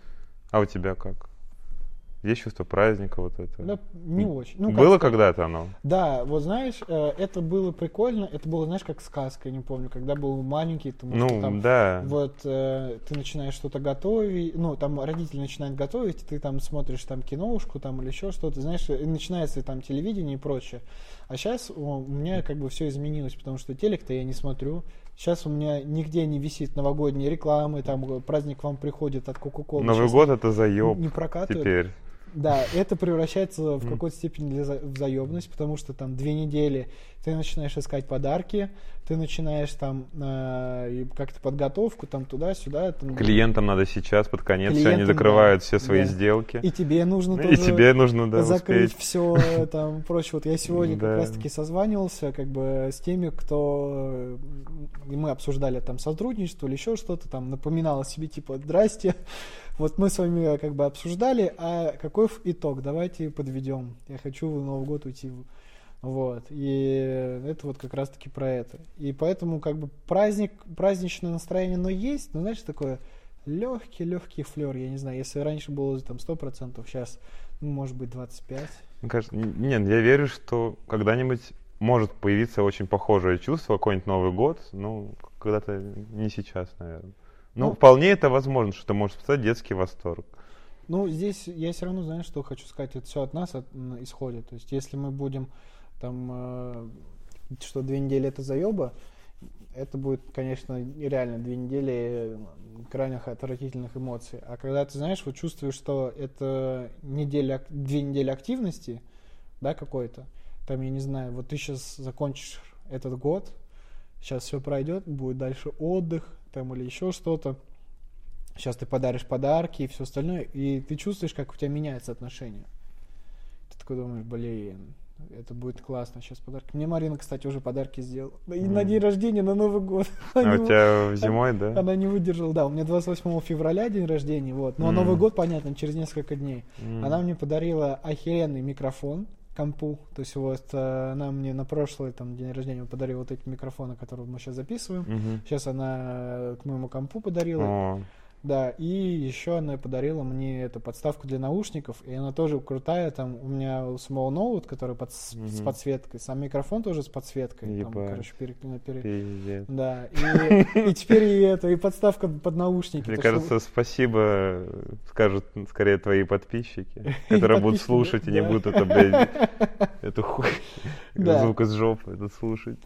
А у тебя как? Есть чувство праздника вот это? Да, не очень. Ну, как Было сказать? когда-то оно? Да, вот знаешь, э, это было прикольно. Это было, знаешь, как сказка, я не помню, когда был маленький, потому Ну, что там да. вот э, ты начинаешь что-то готовить, ну, там родители начинают готовить, ты там смотришь там киношку там или еще что-то, знаешь, и начинается там телевидение и прочее. А сейчас у меня как бы все изменилось, потому что телек-то я не смотрю. Сейчас у меня нигде не висит новогодней рекламы, там праздник вам приходит от Кока-Колы. Новый Сейчас год это заеб не прокатывает. теперь. Да, это превращается в Мгм. какой-то степени для за- в заебность, потому что там две недели ты начинаешь искать подарки, ты начинаешь там э, и как-то подготовку там туда-сюда. Там, Клиентам надо сейчас, под конец, все, Клиентам, они закрывают да, все свои да. сделки. И тебе нужно Ну, тоже и тебе нужно, да, закрыть успеть. все там прочее. Вот я сегодня Да. как раз-таки созванивался как бы с теми, кто э, и мы обсуждали там сотрудничество или еще что-то, там напоминал о себе типа «Здрасте». Вот мы с вами как бы обсуждали, а какой итог? Давайте подведем. Я хочу в Новый год уйти. Вот. И это вот как раз-таки про это. И поэтому как бы праздник, праздничное настроение, но есть, но знаешь, такое легкий-легкий флер. Я не знаю, если раньше было там сто процентов, сейчас, ну, может быть, двадцать пять процентов. Мне кажется, н- нет, я верю, что когда-нибудь может появиться очень похожее чувство, какой-нибудь Новый год, ну, когда-то не сейчас, наверное. Ну, Ну, вполне это возможно, что ты можешь поставить детский восторг. Ну, здесь я все равно, знаю, что хочу сказать, это все от нас от, м, исходит. То есть, если мы будем там, э, что две недели это заеба, это будет, конечно, реально две недели крайних отвратительных эмоций. А когда ты, знаешь, вот чувствуешь, что это неделя, ак- две недели активности, да, какой-то, там, я не знаю, вот ты сейчас закончишь этот год, сейчас все пройдет, будет дальше отдых, там, или еще что-то. Сейчас ты подаришь подарки и все остальное, и ты чувствуешь, как у тебя меняется отношение. Ты такой думаешь, блин, это будет классно, сейчас подарки. Мне Марина, кстати, уже подарки сделала. И Мгм. на день рождения, на Новый год. А Она у не- тебя зимой, да? Она не выдержала. Да, у меня двадцать восьмого февраля день рождения, вот. Ну, а М. Новый год, понятно, через несколько дней. М. Она мне подарила охеренный микрофон, компу. То есть вот э, она мне на прошлый там, день рождения подарила вот эти микрофоны, которые мы сейчас записываем. Мгм. Сейчас она э, к моему компу подарила. О, Да, и еще она подарила мне эту подставку для наушников, и она тоже крутая, там у меня у самого ноут, который под, с, с Мгм. подсветкой, сам микрофон тоже с подсветкой, там, Ебать. короче, пере, пере- пиздец. да, и, и теперь и это, и подставка под наушники. Мне так что- кажется, спасибо скажут скорее твои подписчики, которые будут подписчики, слушать и не да. будут это, блядь, эту хуй, Да. звук из жопы этот слушать.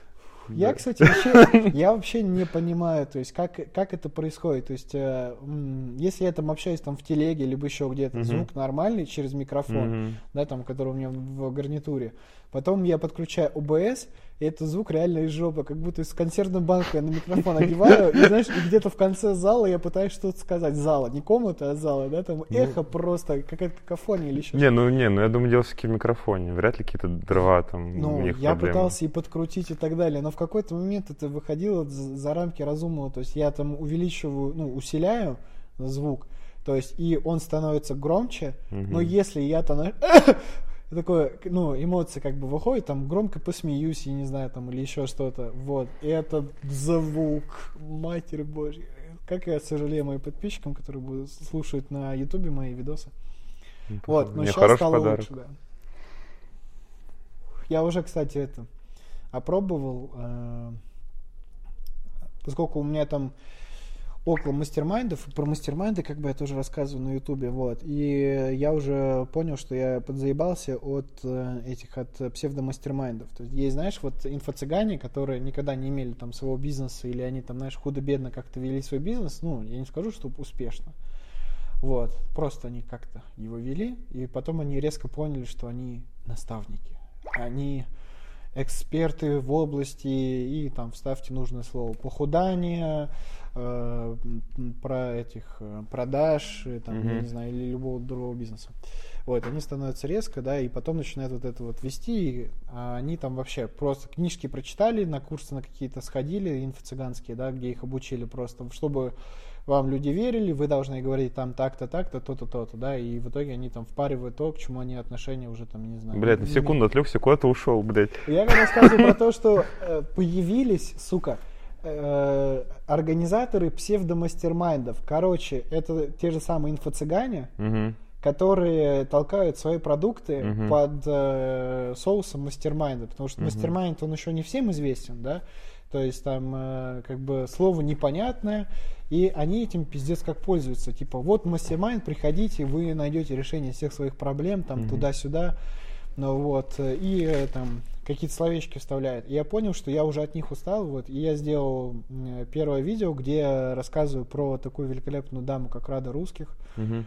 Я, Да. кстати, вообще, я вообще не понимаю, то есть, как, как это происходит. То есть, э, м, если я там общаюсь там в телеге, либо еще где-то, Мгм. звук нормальный через микрофон, Мгм. да, там, который у меня в гарнитуре. Потом я подключаю о бэ эс, и это звук реально из жопы, как будто из консервной банки я на микрофон одеваю, и, знаешь, и где-то в конце зала я пытаюсь что-то сказать. Зала, не комнаты, а зала, да, там эхо просто, какая-то какофония или еще Не, ну не, ну я думаю, дело все-таки в микрофоне. Вряд ли какие-то дрова там у Ну, них я проблемы. пытался и подкрутить и так далее, но в какой-то момент это выходило за за рамки разумного. То есть я там увеличиваю, ну, усиляю звук, то есть и он становится громче, Мгм. но если я там такое, ну, эмоции как бы выходят, там громко посмеюсь, я не знаю, там, или еще что-то, вот, и этот звук, Матерь Божья, как я сожалею моим подписчикам, которые будут слушать на ютубе мои видосы. Ну, Вот, но мне сейчас стало подарок. лучше, да. Я уже, кстати, это опробовал, э, поскольку у меня там около мастермайндов, про мастермайнды как бы я тоже рассказываю на ютубе, вот, и я уже понял, что я подзаебался от э, этих, от псевдомастермайндов. То есть есть, знаешь, вот инфо-цыгане, которые никогда не имели там своего бизнеса, или они там, знаешь, худо-бедно как-то вели свой бизнес, ну, я не скажу, что успешно, вот, просто они как-то его вели, и потом они резко поняли, что они наставники, они эксперты в области, и там вставьте нужное слово, похудание, э, про этих э, продаж, там, mm-hmm. я не знаю, или любого другого бизнеса. Вот, они становятся резко, да, и потом начинают вот это вот вести, а они там вообще просто книжки прочитали, на курсы на какие-то сходили, инфо-цыганские, да, где их обучили просто, чтобы вам люди верили, вы должны говорить там так-то, так-то, то-то, то-то, да, и в итоге они там впаривают то, к чему они отношения уже там, не знаю. Блядь, на секунду отвлекся, куда-то ушел, блядь. Я рассказываю про то, что э, появились, сука, э, организаторы псевдомастермайндов. Короче, это те же самые инфо-цыгане, угу. которые толкают свои продукты угу. под э, соусом мастермайнда, потому что угу. мастермайнд, он еще не всем известен, да, то есть там э, как бы слово непонятное, и они этим пиздец как пользуются. Типа, вот мастермайнд, приходите, вы найдете решение всех своих проблем, там, mm-hmm. туда-сюда, ну вот, и там какие-то словечки вставляют. И я понял, что я уже от них устал, вот, и я сделал первое видео, где я рассказываю про такую великолепную даму, как Рада Русских. Mm-hmm.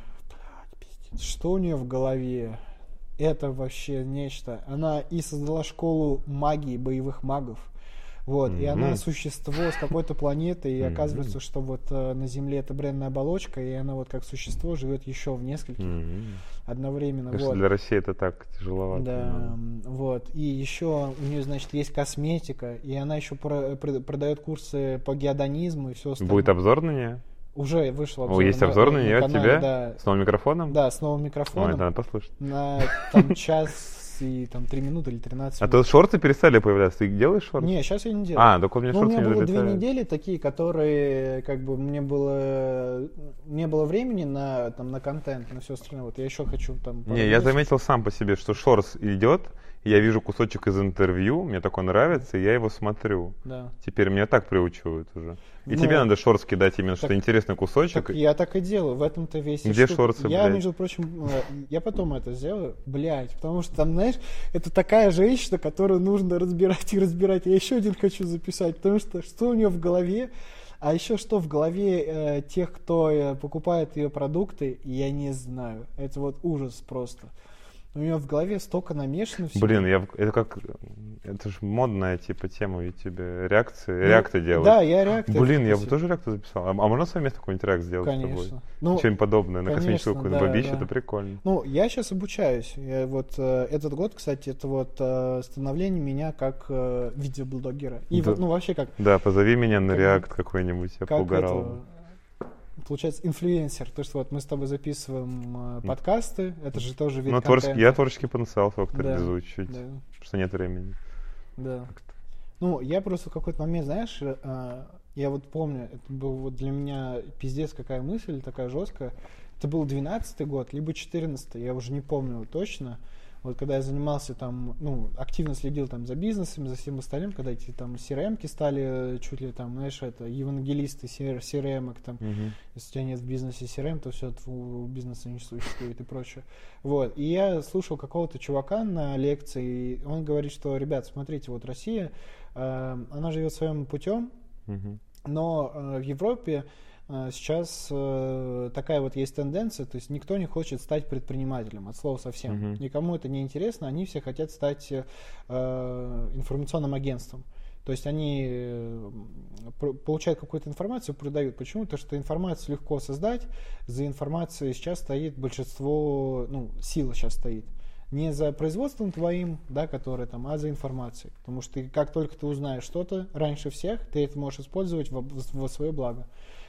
Что у нее в голове? Это вообще нечто. Она и создала школу магии, боевых магов. Вот, mm-hmm. и она существо с какой-то планеты, и mm-hmm. оказывается, что вот э, на Земле это бренная оболочка, и она вот как существо живет еще в нескольких mm-hmm. одновременно. Конечно, вот. Для России это так тяжеловато. Да, но... вот. И еще у нее, значит, есть косметика, и она еще про- про- продает курсы по геодонизму и все остальное. Будет обзор на нее? Уже вышел обзор. О, есть обзор на, на нее от канале, тебя? Да. С новым микрофоном? Да, с новым микрофоном. Ой, это надо послушать. На там час и там три минуты или тринадцать минут. А то шорты перестали появляться. Ты делаешь шорты? Не, сейчас я не делаю. А, только у меня ну, шорты не не долетают. У меня было долетают. две недели такие, которые как бы мне было не было времени на там на контент, на все остальное. Вот я еще хочу там. Не, я заметил сам по себе, что шорс идет. Я вижу кусочек из интервью, мне такое нравится, и я его смотрю. Да. Теперь меня так приучивают уже. И ну, тебе надо шорс кидать именно, так, что интересный кусочек. Так я так и делаю, в этом-то весь. Где шорсы, Я, блядь? между прочим, я потом это сделаю, блядь, потому что там, знаешь, это такая женщина, которую нужно разбирать и разбирать. Я еще один хочу записать, потому что что у нее в голове, а еще что в голове э, тех, кто э, покупает ее продукты, я не знаю. Это вот ужас просто. У меня в голове столько намешано всего. Блин, я, это как, это же модная типа тема в Ютубе, реакции, ну, реакты делать. Да, я реакты. Блин, я бы тоже реакту записал. А, а можно совместно какой-нибудь реакт сделать конечно. с тобой? Ну, что-нибудь подобное, на конечно, космическую какую-то да, бабищу, да. это прикольно. Ну, я сейчас обучаюсь. Я вот э, этот год, кстати, это вот э, становление меня как э, видеоблогера. И да. вот, ну, вообще как... Да, позови меня на как, реакт какой-нибудь, я поугарал. Это... Получается, инфлюенсер. То, что вот мы с тобой записываем э, подкасты, это же тоже вид ну, контента. Я творческий потенциал свой да, реализую чуть-чуть, да. потому что нет времени. Да. Как-то. Ну, я просто в какой-то момент, знаешь, э, я вот помню, это был вот для меня пиздец какая мысль, такая жесткая. Это был двенадцатый год, либо четырнадцатый, я уже не помню точно. Вот когда я занимался там, ну, активно следил там за бизнесом, за всем остальным, когда эти там си эр эм-ки стали чуть ли там, знаешь, это, евангелисты си эр эм-ок там, uh-huh. если у тебя нет в бизнесе си эр эм, то все, твоего бизнеса не существует и прочее. Вот, и я слушал какого-то чувака на лекции, и он говорит, что, ребят, смотрите, вот Россия, э, она живет своим путем, uh-huh. но э, в Европе сейчас э, такая вот есть тенденция, то есть никто не хочет стать предпринимателем, от слова совсем. Uh-huh. Никому это не интересно, они все хотят стать э, информационным агентством. То есть они э, получают какую-то информацию, продают. Почему? Потому что информацию легко создать, за информацией сейчас стоит большинство, ну, сила сейчас стоит. Не за производством твоим, да, которое там, а за информацией. Потому что ты, как только ты узнаешь что-то раньше всех, ты это можешь использовать во, во свое благо.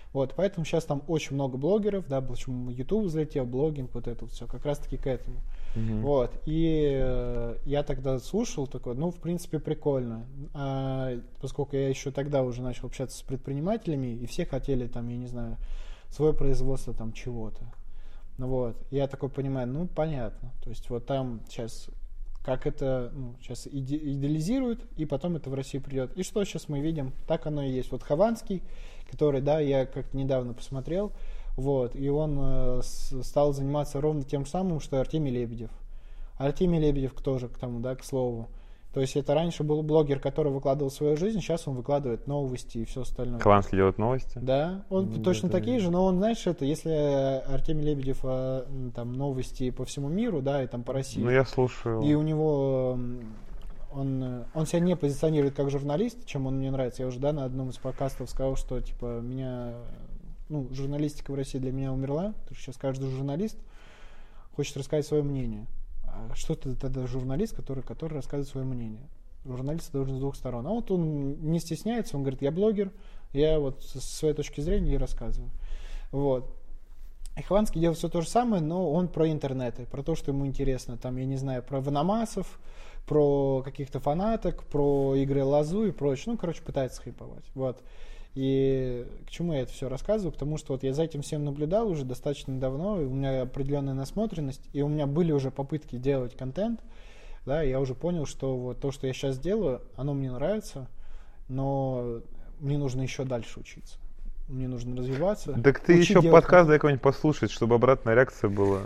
Вот, поэтому сейчас там очень много блогеров, да, почему YouTube взлетел, блогинг, вот это вот все, как раз-таки к этому. Mm-hmm. Вот, и э, я тогда слушал такой, ну, в принципе, прикольно, а, поскольку я еще тогда уже начал общаться с предпринимателями, и все хотели там, я не знаю, свое производство там чего-то. Ну вот, я такой понимаю, ну, понятно, то есть вот там сейчас, как это, ну, сейчас иде- идеализируют, и потом это в Россию придет. И что сейчас мы видим? Так оно и есть. Вот Хованский, который, да, я как-то недавно посмотрел, вот, и он э, с, стал заниматься ровно тем самым, что и Артемий Лебедев. Артемий Лебедев тоже к тому, да, к слову. То есть это раньше был блогер, который выкладывал свою жизнь, сейчас он выкладывает новости и все остальное. Хованский делает новости? Да, он mm, точно это... такие же, но он, знаешь, это, если Артемий Лебедев там новости по всему миру, да, и там по России. Ну, я слушаю. И у него он, он себя не позиционирует как журналист, чем он мне нравится. Я уже, да, на одном из подкастов сказал, что, типа, меня, ну, журналистика в России для меня умерла, потому что сейчас каждый журналист хочет рассказать свое мнение. А что ты тогда журналист, который, который рассказывает свое мнение? Журналист должен с двух сторон. А вот он не стесняется, он говорит, я блогер, я вот со своей точки зрения и рассказываю. Вот. И Хованский делает все то же самое, но он про интернеты, про то, что ему интересно. Там, я не знаю, про ваномасов, про каких-то фанаток, про игры лазу и прочее. Ну, короче, пытается хайповать. Вот. И к чему я это все рассказываю? Потому что вот я за этим всем наблюдал уже достаточно давно, и у меня определенная насмотренность, и у меня были уже попытки делать контент, да, и я уже понял, что вот то, что я сейчас делаю, оно мне нравится, но мне нужно еще дальше учиться. Мне нужно развиваться. Так ты еще подкаст дай какой-нибудь послушать, чтобы обратная реакция была.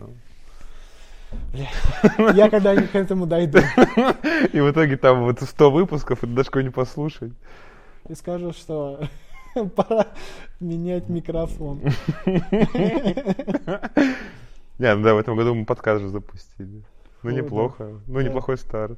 Бля, я когда-нибудь к этому дойду. И в итоге там вот сто выпусков, и ты даже какой-нибудь послушать. И скажу, что пора менять микрофон. Не, ну да, в этом году мы подкаст же запустили. Ну, неплохо. Ну, неплохой старт.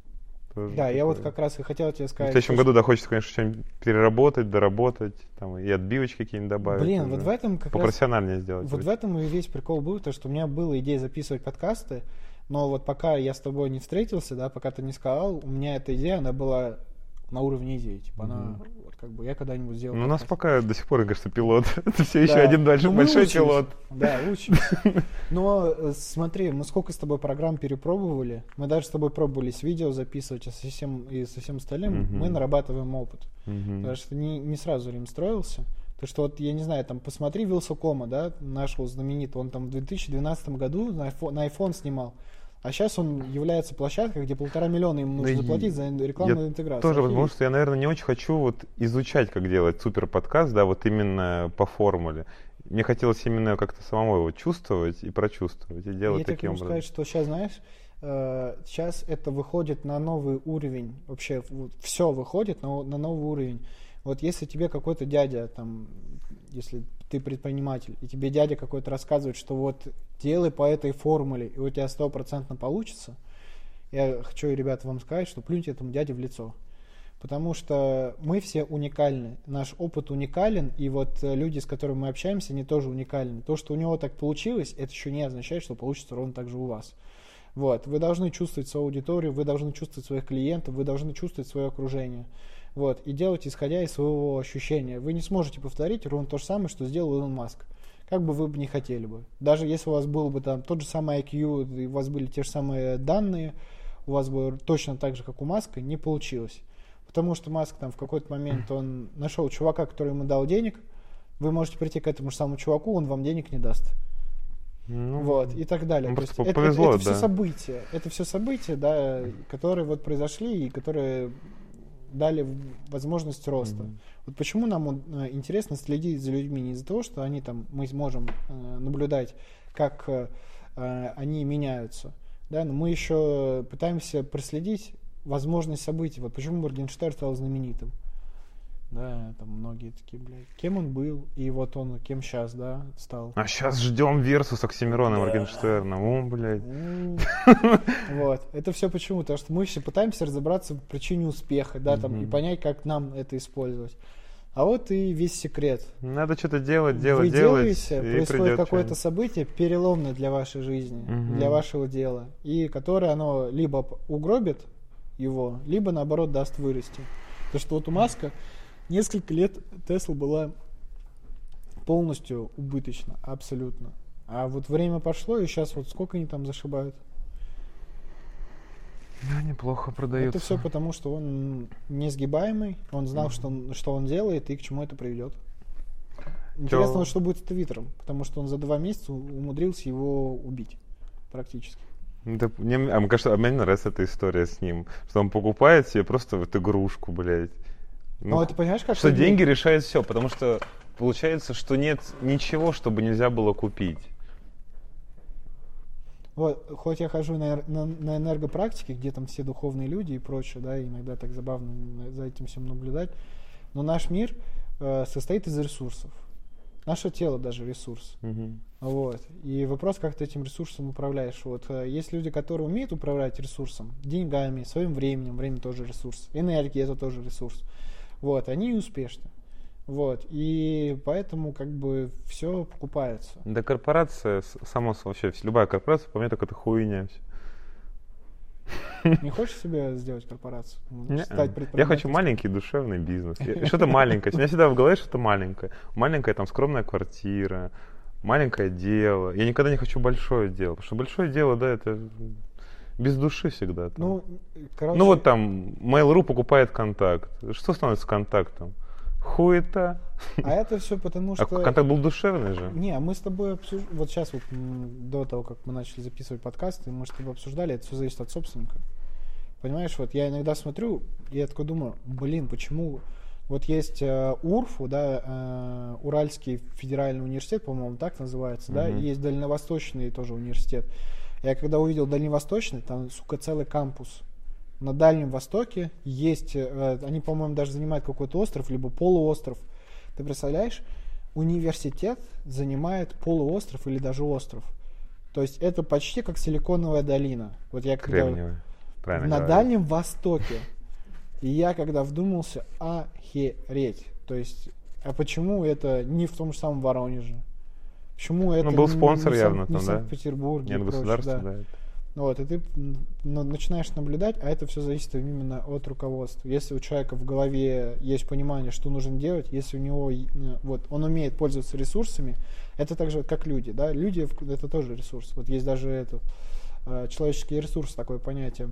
Да, я вот как раз и хотел тебе сказать. В следующем году, да, хочется, конечно, что-нибудь переработать, доработать, там, и отбивочки какие-нибудь добавить. Блин, вот в этом как раз... Попрофессиональнее сделать. Вот в этом и весь прикол был, то, что у меня была идея записывать подкасты, но вот пока я с тобой не встретился, да, пока ты не сказал, у меня эта идея, она была на уровне идеи. Типа, mm-hmm. она, вот, как бы, я когда-нибудь сделаю. Ну, у нас пока до сих пор, кажется, пилот. Это все еще один дальше большой пилот. Да, учимся. Но смотри, мы сколько с тобой программ перепробовали. Мы даже с тобой пробовали с видео записывать, а со всем, и со всем остальным mm-hmm. мы нарабатываем опыт. Mm-hmm. Потому что не, не сразу Рим строился. То что вот, я не знаю, там, посмотри Вилсакома, да, нашего знаменитого, он там в две тысячи двенадцатом году на iPhone, на iPhone снимал. А сейчас он является площадкой, где полтора миллиона им нужно да заплатить за рекламную я интеграцию. Тоже, потому что я, наверное, не очень хочу вот изучать, как делать супер подкаст, да, вот именно по формуле. Мне хотелось именно как-то самому его чувствовать и прочувствовать, и делать я таким образом. Я тебе могу сказать, что сейчас, знаешь, э, сейчас это выходит на новый уровень, вообще вот, все выходит на, на новый уровень. Вот если тебе какой-то дядя, там, если ты предприниматель, и тебе дядя какой-то рассказывает, что вот делай по этой формуле, и у тебя стопроцентно получится, я хочу, ребята, вам сказать, что плюньте этому дяде в лицо. Потому что мы все уникальны, наш опыт уникален, и вот люди, с которыми мы общаемся, они тоже уникальны. То, что у него так получилось, это еще не означает, что получится ровно так же у вас. Вот. Вы должны чувствовать свою аудиторию, вы должны чувствовать своих клиентов, вы должны чувствовать свое окружение. Вот, и делать, исходя из своего ощущения. Вы не сможете повторить ровно то же самое, что сделал Илон Маск. Как бы вы бы не хотели бы. Даже если у вас был бы там тот же самый ай кью, и у вас были те же самые данные, у вас бы точно так же, как у Маска, не получилось. Потому что Маск там в какой-то момент, он нашел чувака, который ему дал денег, вы можете прийти к этому же самому чуваку, он вам денег не даст. Ну, вот, и так далее. То есть это, повезло, это, это да. все события. Это все события, да, которые вот произошли и которые дали возможность роста. Mm-hmm. Вот почему нам э, интересно следить за людьми не из-за того, что они там, мы сможем э, наблюдать, как э, они меняются, да, но мы еще пытаемся проследить возможность событий. Вот почему Моргенштерн стал знаменитым. Да, там многие такие, блядь, кем он был, и вот он кем сейчас, да, стал. А сейчас ждем версус Оксимирона и Моргенштерна, о, блядь. Вот, это все почему? Потому что мы все пытаемся разобраться в причине успеха, да, там, и понять, как нам это использовать. А вот и весь секрет. Надо что-то делать, делать, Вы делать. Вы делаете, происходит какое-то событие переломное для вашей жизни, для вашего дела, и которое оно либо угробит его, либо наоборот даст вырасти. Потому что вот у Маска несколько лет Тесла была полностью убыточно, абсолютно. А вот время пошло, и сейчас вот сколько они там зашибают? Да, неплохо продается. Это все потому, что он несгибаемый, он знал, mm-hmm. что, он, что он делает и к чему это приведет. Интересно, Чё? что будет с Твиттером, потому что он за два месяца умудрился его убить практически. Да, мне, а мне кажется, а мне нравится эта история с ним, что он покупает себе просто вот игрушку, блядь. Ну, ну, это понимаешь, как что деньги будет? Решают все, потому что получается, что нет ничего, чтобы нельзя было купить. Вот, хоть я хожу на, на, на энергопрактике, где там все духовные люди и прочее, да, иногда так забавно за этим всем наблюдать, но наш мир э, состоит из ресурсов. Наше тело даже ресурс. Uh-huh. Вот. И вопрос, как ты этим ресурсом управляешь. Вот, э, есть люди, которые умеют управлять ресурсом, деньгами, своим временем, время тоже ресурс, энергия это тоже ресурс. Вот, они успешны. Вот, и поэтому как бы все покупается. Да, корпорация, само вообще, любая корпорация, по мне, так это хуйня. Не хочешь себе сделать корпорацию? Стать Я хочу маленький душевный бизнес. Что-то маленькое. У меня всегда в голове что-то маленькое. Маленькая там скромная квартира, маленькое дело. Я никогда не хочу большое дело, потому что большое дело, да, это без души всегда. Там. Ну, короче... ну вот там Mail.ru покупает контакт. Что становится контактом? Хуета. А это все потому, что... А контакт был душевный же. Не, а мы с тобой обсуждали... Вот сейчас вот до того, как мы начали записывать подкасты, мы с тобой обсуждали, это все зависит от собственника. Понимаешь, вот я иногда смотрю, и я такой думаю, блин, почему... Вот есть э, УРФУ, да, э, Уральский федеральный университет, по-моему, так называется, mm-hmm. да, и есть Дальневосточный тоже университет. Я когда увидел Дальневосточный, там, сука, целый кампус. На Дальнем Востоке есть, э, они, по-моему, даже занимают какой-то остров, либо полуостров. Ты представляешь, университет занимает полуостров или даже остров. То есть это почти как Силиконовая долина. Вот я когда Кремниевая, правильно на говорю. Дальнем Востоке, и я когда вдумался, охереть. То есть, а почему это не в том же самом Воронеже? Почему это ну, был спонсор не, явно не там, в да? Санкт-Петербурге? Нет, государство, да. да. Вот, и ты ну, начинаешь наблюдать, а это все зависит именно от руководства. Если у человека в голове есть понимание, что нужно делать, если у него вот, он умеет пользоваться ресурсами, это так же, как люди. Да? Люди — это тоже ресурс. Вот есть даже это, человеческий ресурс, такое понятие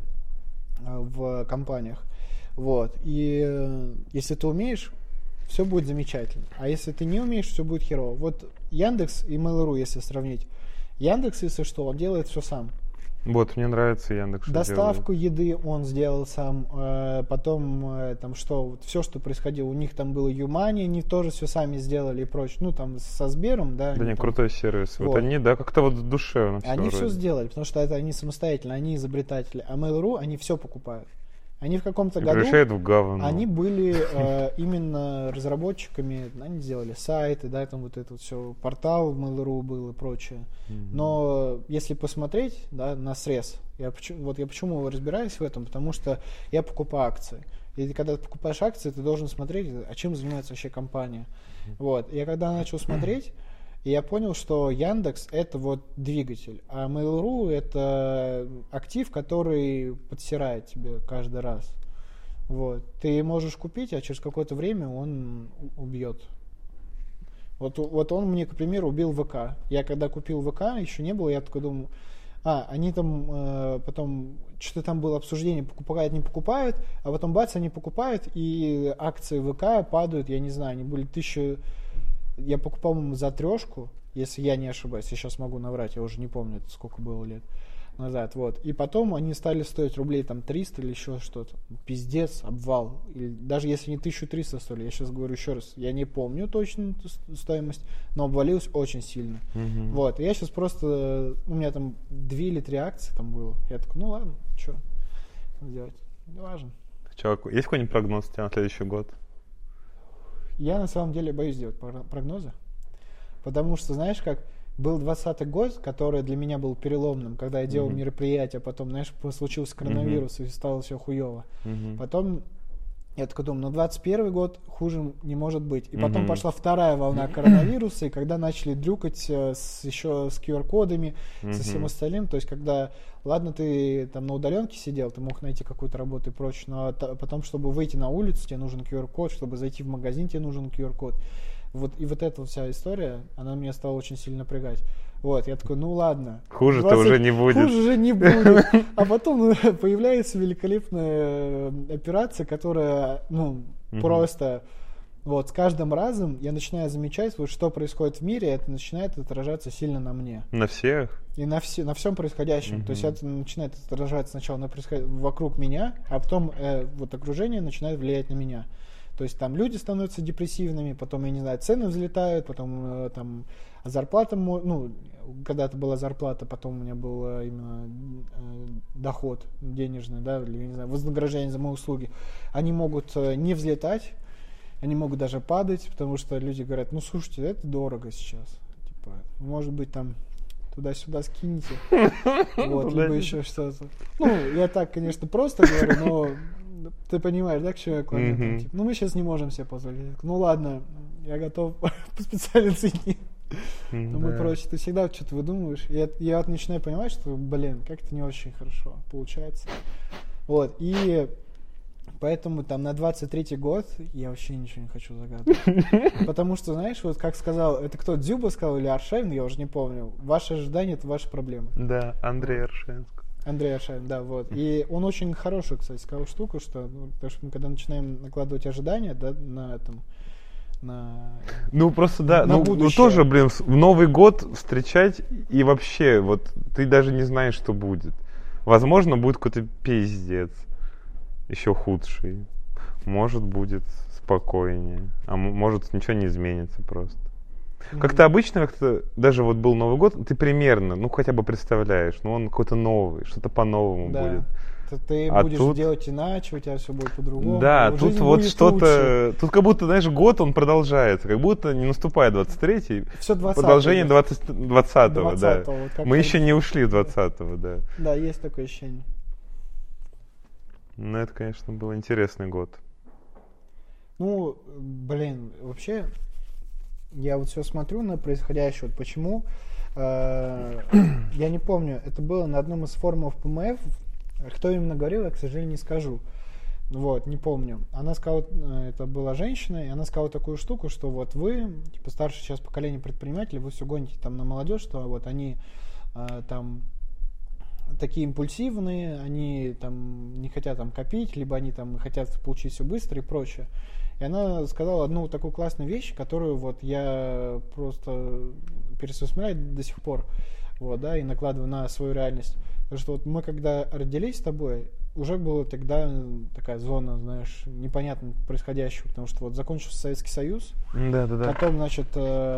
в компаниях. Вот. И если ты умеешь, все будет замечательно. А если ты не умеешь, все будет херово. Вот Яндекс и Mail.ru, если сравнить. Яндекс, если что, он делает все сам. Вот, мне нравится Яндекс. Доставку еды он сделал сам, э, потом э, там что, вот все, что происходило, у них там было Юмани, они тоже все сами сделали и прочее, ну там со Сбером, да. Да не, там, крутой сервис. Вот. Вот они, да, как-то вот в душе. Они вроде. все сделали, потому что это они самостоятельно, они изобретатели, а Mail.ru, они все покупают. Они в каком-то и году, в говно. они были э, именно разработчиками, они сделали сайты, да, там вот это вот все, портал Mail.ru был и прочее. Mm-hmm. Но если посмотреть, да, на срез, я, вот я почему разбираюсь в этом, потому что я покупаю акции. И когда ты покупаешь акции, ты должен смотреть, а чем занимается вообще компания. Mm-hmm. Вот. Я когда начал смотреть, и я понял, что Яндекс — это вот двигатель, а Mail.ru — это актив, который подсирает тебе каждый раз. Вот. Ты можешь купить, а через какое-то время он убьет. Вот, вот он мне, к примеру, убил ВК. Я когда купил ВК, еще не было, я такой думаю, а, они там э, потом, что-то там было обсуждение, покупают, не покупают, а потом бац, они покупают, и акции ВК падают, я не знаю, они были тысяча... Я покупал, по-моему, за трешку, если я не ошибаюсь. Я сейчас могу наврать, я уже не помню, сколько было лет назад. Вот. И потом они стали стоить рублей там триста или еще что-то. Пиздец, обвал. Или даже если не тысяча триста стоили, я сейчас говорю еще раз, я не помню точно стоимость, но обвалилось очень сильно. Mm-hmm. Вот. И я сейчас просто... У меня там две или три акции там было. Я такой, ну ладно, что делать? Не важно. Чувак, есть какой-нибудь прогноз у тебя на следующий год? Я на самом деле боюсь делать прогнозы, потому что, знаешь, как был двадцатый год, который для меня был переломным, когда я делал mm-hmm. мероприятия, потом, знаешь, случился коронавирус, mm-hmm. и стало все хуево. Mm-hmm. Потом я такой думаю, ну двадцать первый год хуже не может быть. И потом mm-hmm. пошла вторая волна коронавируса, и когда начали дрюкать с, еще с ку ар-кодами, mm-hmm. со всем остальным, то есть когда, ладно, ты там на удаленке сидел, ты мог найти какую-то работу и прочее, но потом, чтобы выйти на улицу, тебе нужен ку ар-код, чтобы зайти в магазин, тебе нужен ку ар-код. Вот, и вот эта вся история, она меня стала очень сильно напрягать. Вот, я такой, ну ладно. Хуже-то уже не будет. Хуже уже не будет. А потом появляется великолепная операция, которая, ну, угу. просто... Вот, с каждым разом я начинаю замечать, вот, что происходит в мире, это начинает отражаться сильно на мне. На всех? И на, все, на всем происходящем. Mm-hmm. То есть это начинает отражаться сначала на происход... вокруг меня, а потом э, вот окружение начинает влиять на меня. То есть там люди становятся депрессивными, потом, я не знаю, цены взлетают, потом э, там зарплата, ну, когда-то была зарплата, потом у меня был э, именно э, доход денежный, да, или, я не знаю, вознаграждение за мои услуги. Они могут э, не взлетать, они могут даже падать, потому что люди говорят, ну, слушайте, это дорого сейчас. Типа, может быть, там туда-сюда скинете. Вот, либо еще что-то. Ну, я так, конечно, просто говорю, но ты понимаешь, да, к чему я клоню? Ну, мы сейчас не можем себе позволить. Ну, ладно, я готов по специальной цене. Ну, и прочее. Ты всегда что-то выдумываешь. И я вот начинаю понимать, что, блин, как-то не очень хорошо получается. Вот, и... Поэтому там на двадцать третий год я вообще ничего не хочу загадывать. Потому что, знаешь, вот как сказал, это кто, Дзюба сказал или Аршавин, я уже не помню. Ваши ожидания — это ваши проблемы. Да, Андрей Аршавин. Андрей Аршавин, да, вот. И он очень хорошую, кстати, сказал штуку, что, ну, потому что мы когда начинаем накладывать ожидания, да, на этом, на... Ну, просто, да, на ну, ну, тоже, блин, в Новый год встречать и вообще, вот, ты даже не знаешь, что будет. Возможно, будет какой-то пиздец. Еще худший. Может, будет спокойнее. А может, ничего не изменится просто. Mm-hmm. Как-то обычно, как-то даже вот был Новый год, ты примерно, ну, хотя бы представляешь, ну, он какой-то новый, что-то по-новому да. будет. Ты, ты а будешь тут... делать иначе, у тебя все будет по-другому. Да, тут вот что-то... Лучше. Тут как будто, знаешь, год он продолжается, как будто не наступает двадцать третий, все двадцатое. Продолжение двадцатого, двадцатого, да. Вот мы еще не ушли с двадцатого, да. Да, есть такое ощущение. Ну, это, конечно, был интересный год. Ну, блин, вообще, я вот все смотрю на происходящее. Вот почему? Э, я не помню, это было на одном из форумов ПМФ. Кто именно говорил, я, к сожалению, не скажу. Вот, не помню. Она сказала, это была женщина, и она сказала такую штуку, что вот вы, типа, старшее сейчас поколение предпринимателей, вы все гоните там на молодежь, что вот они э, там... такие импульсивные, они там не хотят там копить, либо они там хотят получить все быстро и прочее. И она сказала одну такую классную вещь, которую вот я просто перестаю вспоминать до сих пор, вот, да, и накладываю на свою реальность. Потому что вот мы когда родились с тобой, уже была тогда такая зона, знаешь, непонятно происходящего, потому что вот закончился Советский Союз, да, да, да. потом, значит,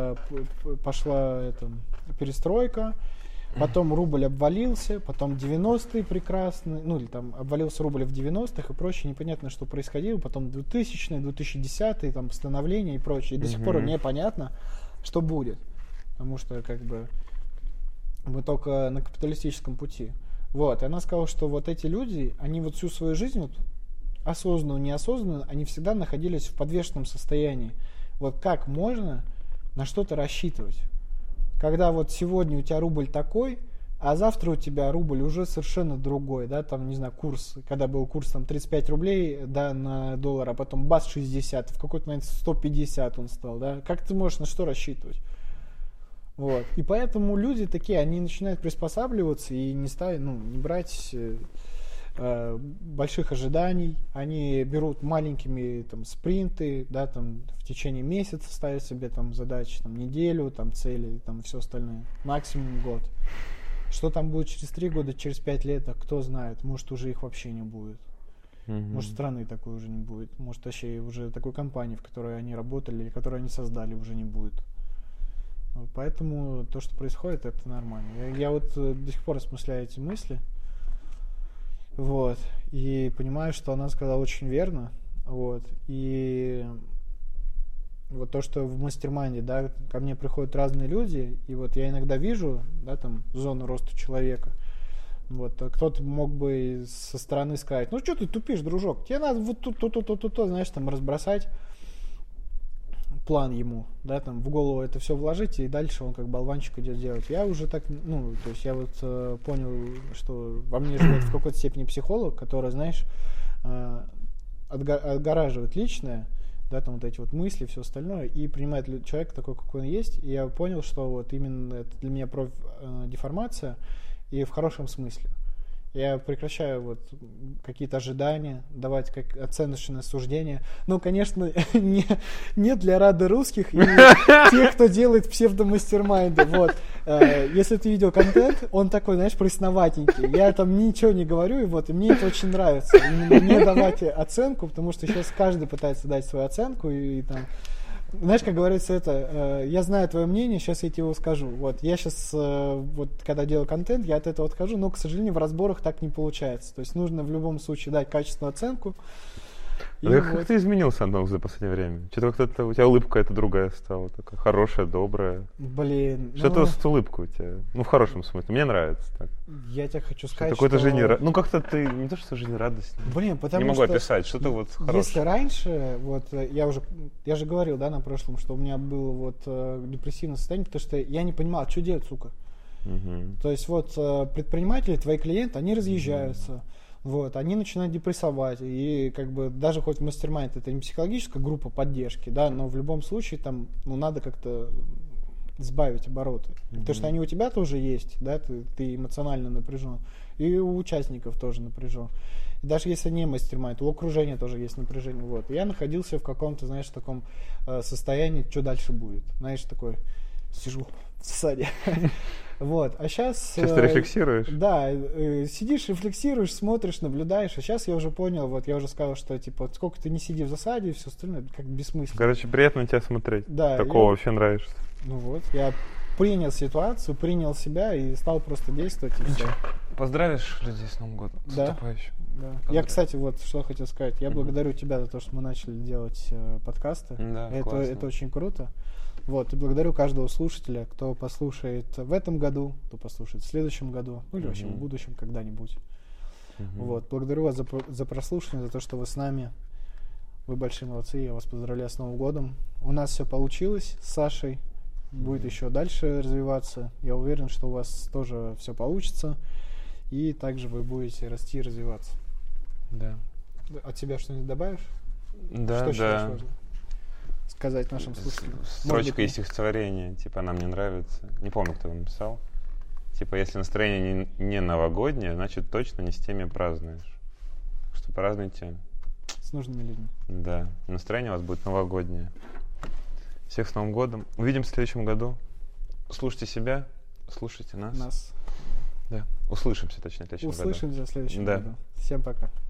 пошла эта перестройка, потом рубль обвалился, потом девяностые прекрасные, ну или там обвалился рубль в девяностых и прочее, непонятно, что происходило, потом двухтысячные, две тысячи десятые, там становление и прочее. И до сих пор непонятно, что будет, потому что как бы мы только на капиталистическом пути. Вот, и она сказала, что вот эти люди, они вот всю свою жизнь, вот, осознанно, неосознанно, они всегда находились в подвешенном состоянии. Вот как можно на что-то рассчитывать? Когда вот сегодня у тебя рубль такой, а завтра у тебя рубль уже совершенно другой, да, там, не знаю, курс, когда был курс там тридцать пять рублей, да, на доллар, а потом бас шестьдесят, в какой-то момент сто пятьдесят он стал, да, как ты можешь на что рассчитывать? Вот, и поэтому люди такие, они начинают приспосабливаться и не ставить, ну, не брать э, больших ожиданий, они берут маленькими там спринты, да, там в течение месяца ставят себе там задачи, там неделю, там цели, там все остальное, максимум год. Что там будет через три года, через пять лет, а кто знает, может уже их вообще не будет. Mm-hmm. Может страны такой уже не будет, может вообще уже такой компании, в которой они работали или которую они создали, уже не будет. Поэтому то, что происходит, это нормально. Я, я вот до сих пор осмысляю эти мысли. Вот. И понимаю, что она сказала очень верно. Вот. И вот то, что в мастер-майнде, да, ко мне приходят разные люди, и вот я иногда вижу, да, там, зону роста человека. Вот. А кто-то мог бы со стороны сказать, ну что ты тупишь, дружок, тебе надо вот тут, тут, тут, тут, тут, знаешь, там, разбросать план ему, да, там в голову это все вложить, и дальше он как болванчик идет делать. Я уже так, ну, то есть я вот э, понял, что во мне живет в какой-то степени психолог, который, знаешь, э, отго- отгораживает личное, да, там вот эти вот мысли, все остальное, и принимает лю- человек такой, какой он есть, и я понял, что вот именно это для меня профдеформация, и в хорошем смысле. Я прекращаю вот какие-то ожидания, давать как оценочное суждение. Ну, конечно, не, не для Рады русских и тех, кто делает псевдомастермайнды. Вот. Если ты видел контент, он такой, знаешь, пресноватенький. Я там ничего не говорю, и вот, и мне это очень нравится. Именно не давать оценку, потому что сейчас каждый пытается дать свою оценку, и, и там... Знаешь, как говорится, это, э, я знаю твое мнение, сейчас я тебе его скажу. Вот, я сейчас, э, вот, когда делаю контент, я от этого отхожу, но, к сожалению, в разборах так не получается. То есть нужно в любом случае дать качественную оценку. И а вот. Как ты изменился, Антон, за последнее время? Что-то как-то у тебя улыбка какая-то другая стала, такая хорошая, добрая. Блин. Что-то ну... с улыбкой у тебя. Ну, в хорошем смысле. Мне нравится так. Я тебе хочу сказать, что... Какой-то что... жизни... Ну, как-то ты... Не то, что жизнерадостный. Блин, потому не могу что... описать, что-то вот хорошее. Если раньше, вот, я уже... Я же говорил, да, на прошлом, что у меня было вот э, депрессивное состояние, потому что я не понимал, что делать, сука. Угу. То есть вот э, предприниматели, твои клиенты, они разъезжаются. Угу. Вот, они начинают депрессовать, и как бы даже хоть мастер-майнд это не психологическая группа поддержки, да, но в любом случае там, ну, надо как-то сбавить обороты. Mm-hmm. Потому что они у тебя тоже есть, да, ты, ты эмоционально напряжен, и у участников тоже напряжен. И даже если не мастер-майнд, у окружения тоже есть напряжение. Вот. И я находился в каком-то, знаешь, таком э, состоянии, что дальше будет. Знаешь, такой, сижу в засаде. Вот, а сейчас... Сейчас ты рефлексируешь? Да, сидишь, рефлексируешь, смотришь, наблюдаешь, а сейчас я уже понял, вот я уже сказал, что типа, сколько ты не сиди в засаде и все остальное, как бессмысленно. Короче, приятно тебя смотреть. Да. Такого я, вообще нравишься. Ну вот, я принял ситуацию, принял себя и стал просто действовать, и все. Поздравишь людей с Новым годом? Да. С наступающим. Да. Я, кстати, вот что хотел сказать. Я mm-hmm. благодарю тебя за то, что мы начали делать э, подкасты. Да, это, это очень круто. Вот, и благодарю каждого слушателя, кто послушает в этом году, кто послушает в следующем году, ну или mm-hmm. вообще в будущем когда-нибудь. Mm-hmm. Вот, благодарю вас за, за прослушивание, за то, что вы с нами. Вы большие молодцы, я вас поздравляю с Новым годом. У нас все получилось с Сашей, будет mm-hmm. еще дальше развиваться. Я уверен, что у вас тоже все получится, и также вы будете расти и развиваться. Да. От тебя что-нибудь добавишь? Да, что да. считаешь важным сказать нашим слушателям? Строчка из стихотворения, типа, она мне нравится. Не помню, кто его написал. Типа, если настроение не, не новогоднее, значит, точно не с теми празднуешь. Так что празднуйте. С нужными людьми. Да. Настроение у вас будет новогоднее. Всех с Новым годом. Увидимся в следующем году. Слушайте себя, слушайте нас. Нас. Да. Услышимся, точнее, в следующем Услышимся году. в следующем да. году. Всем пока.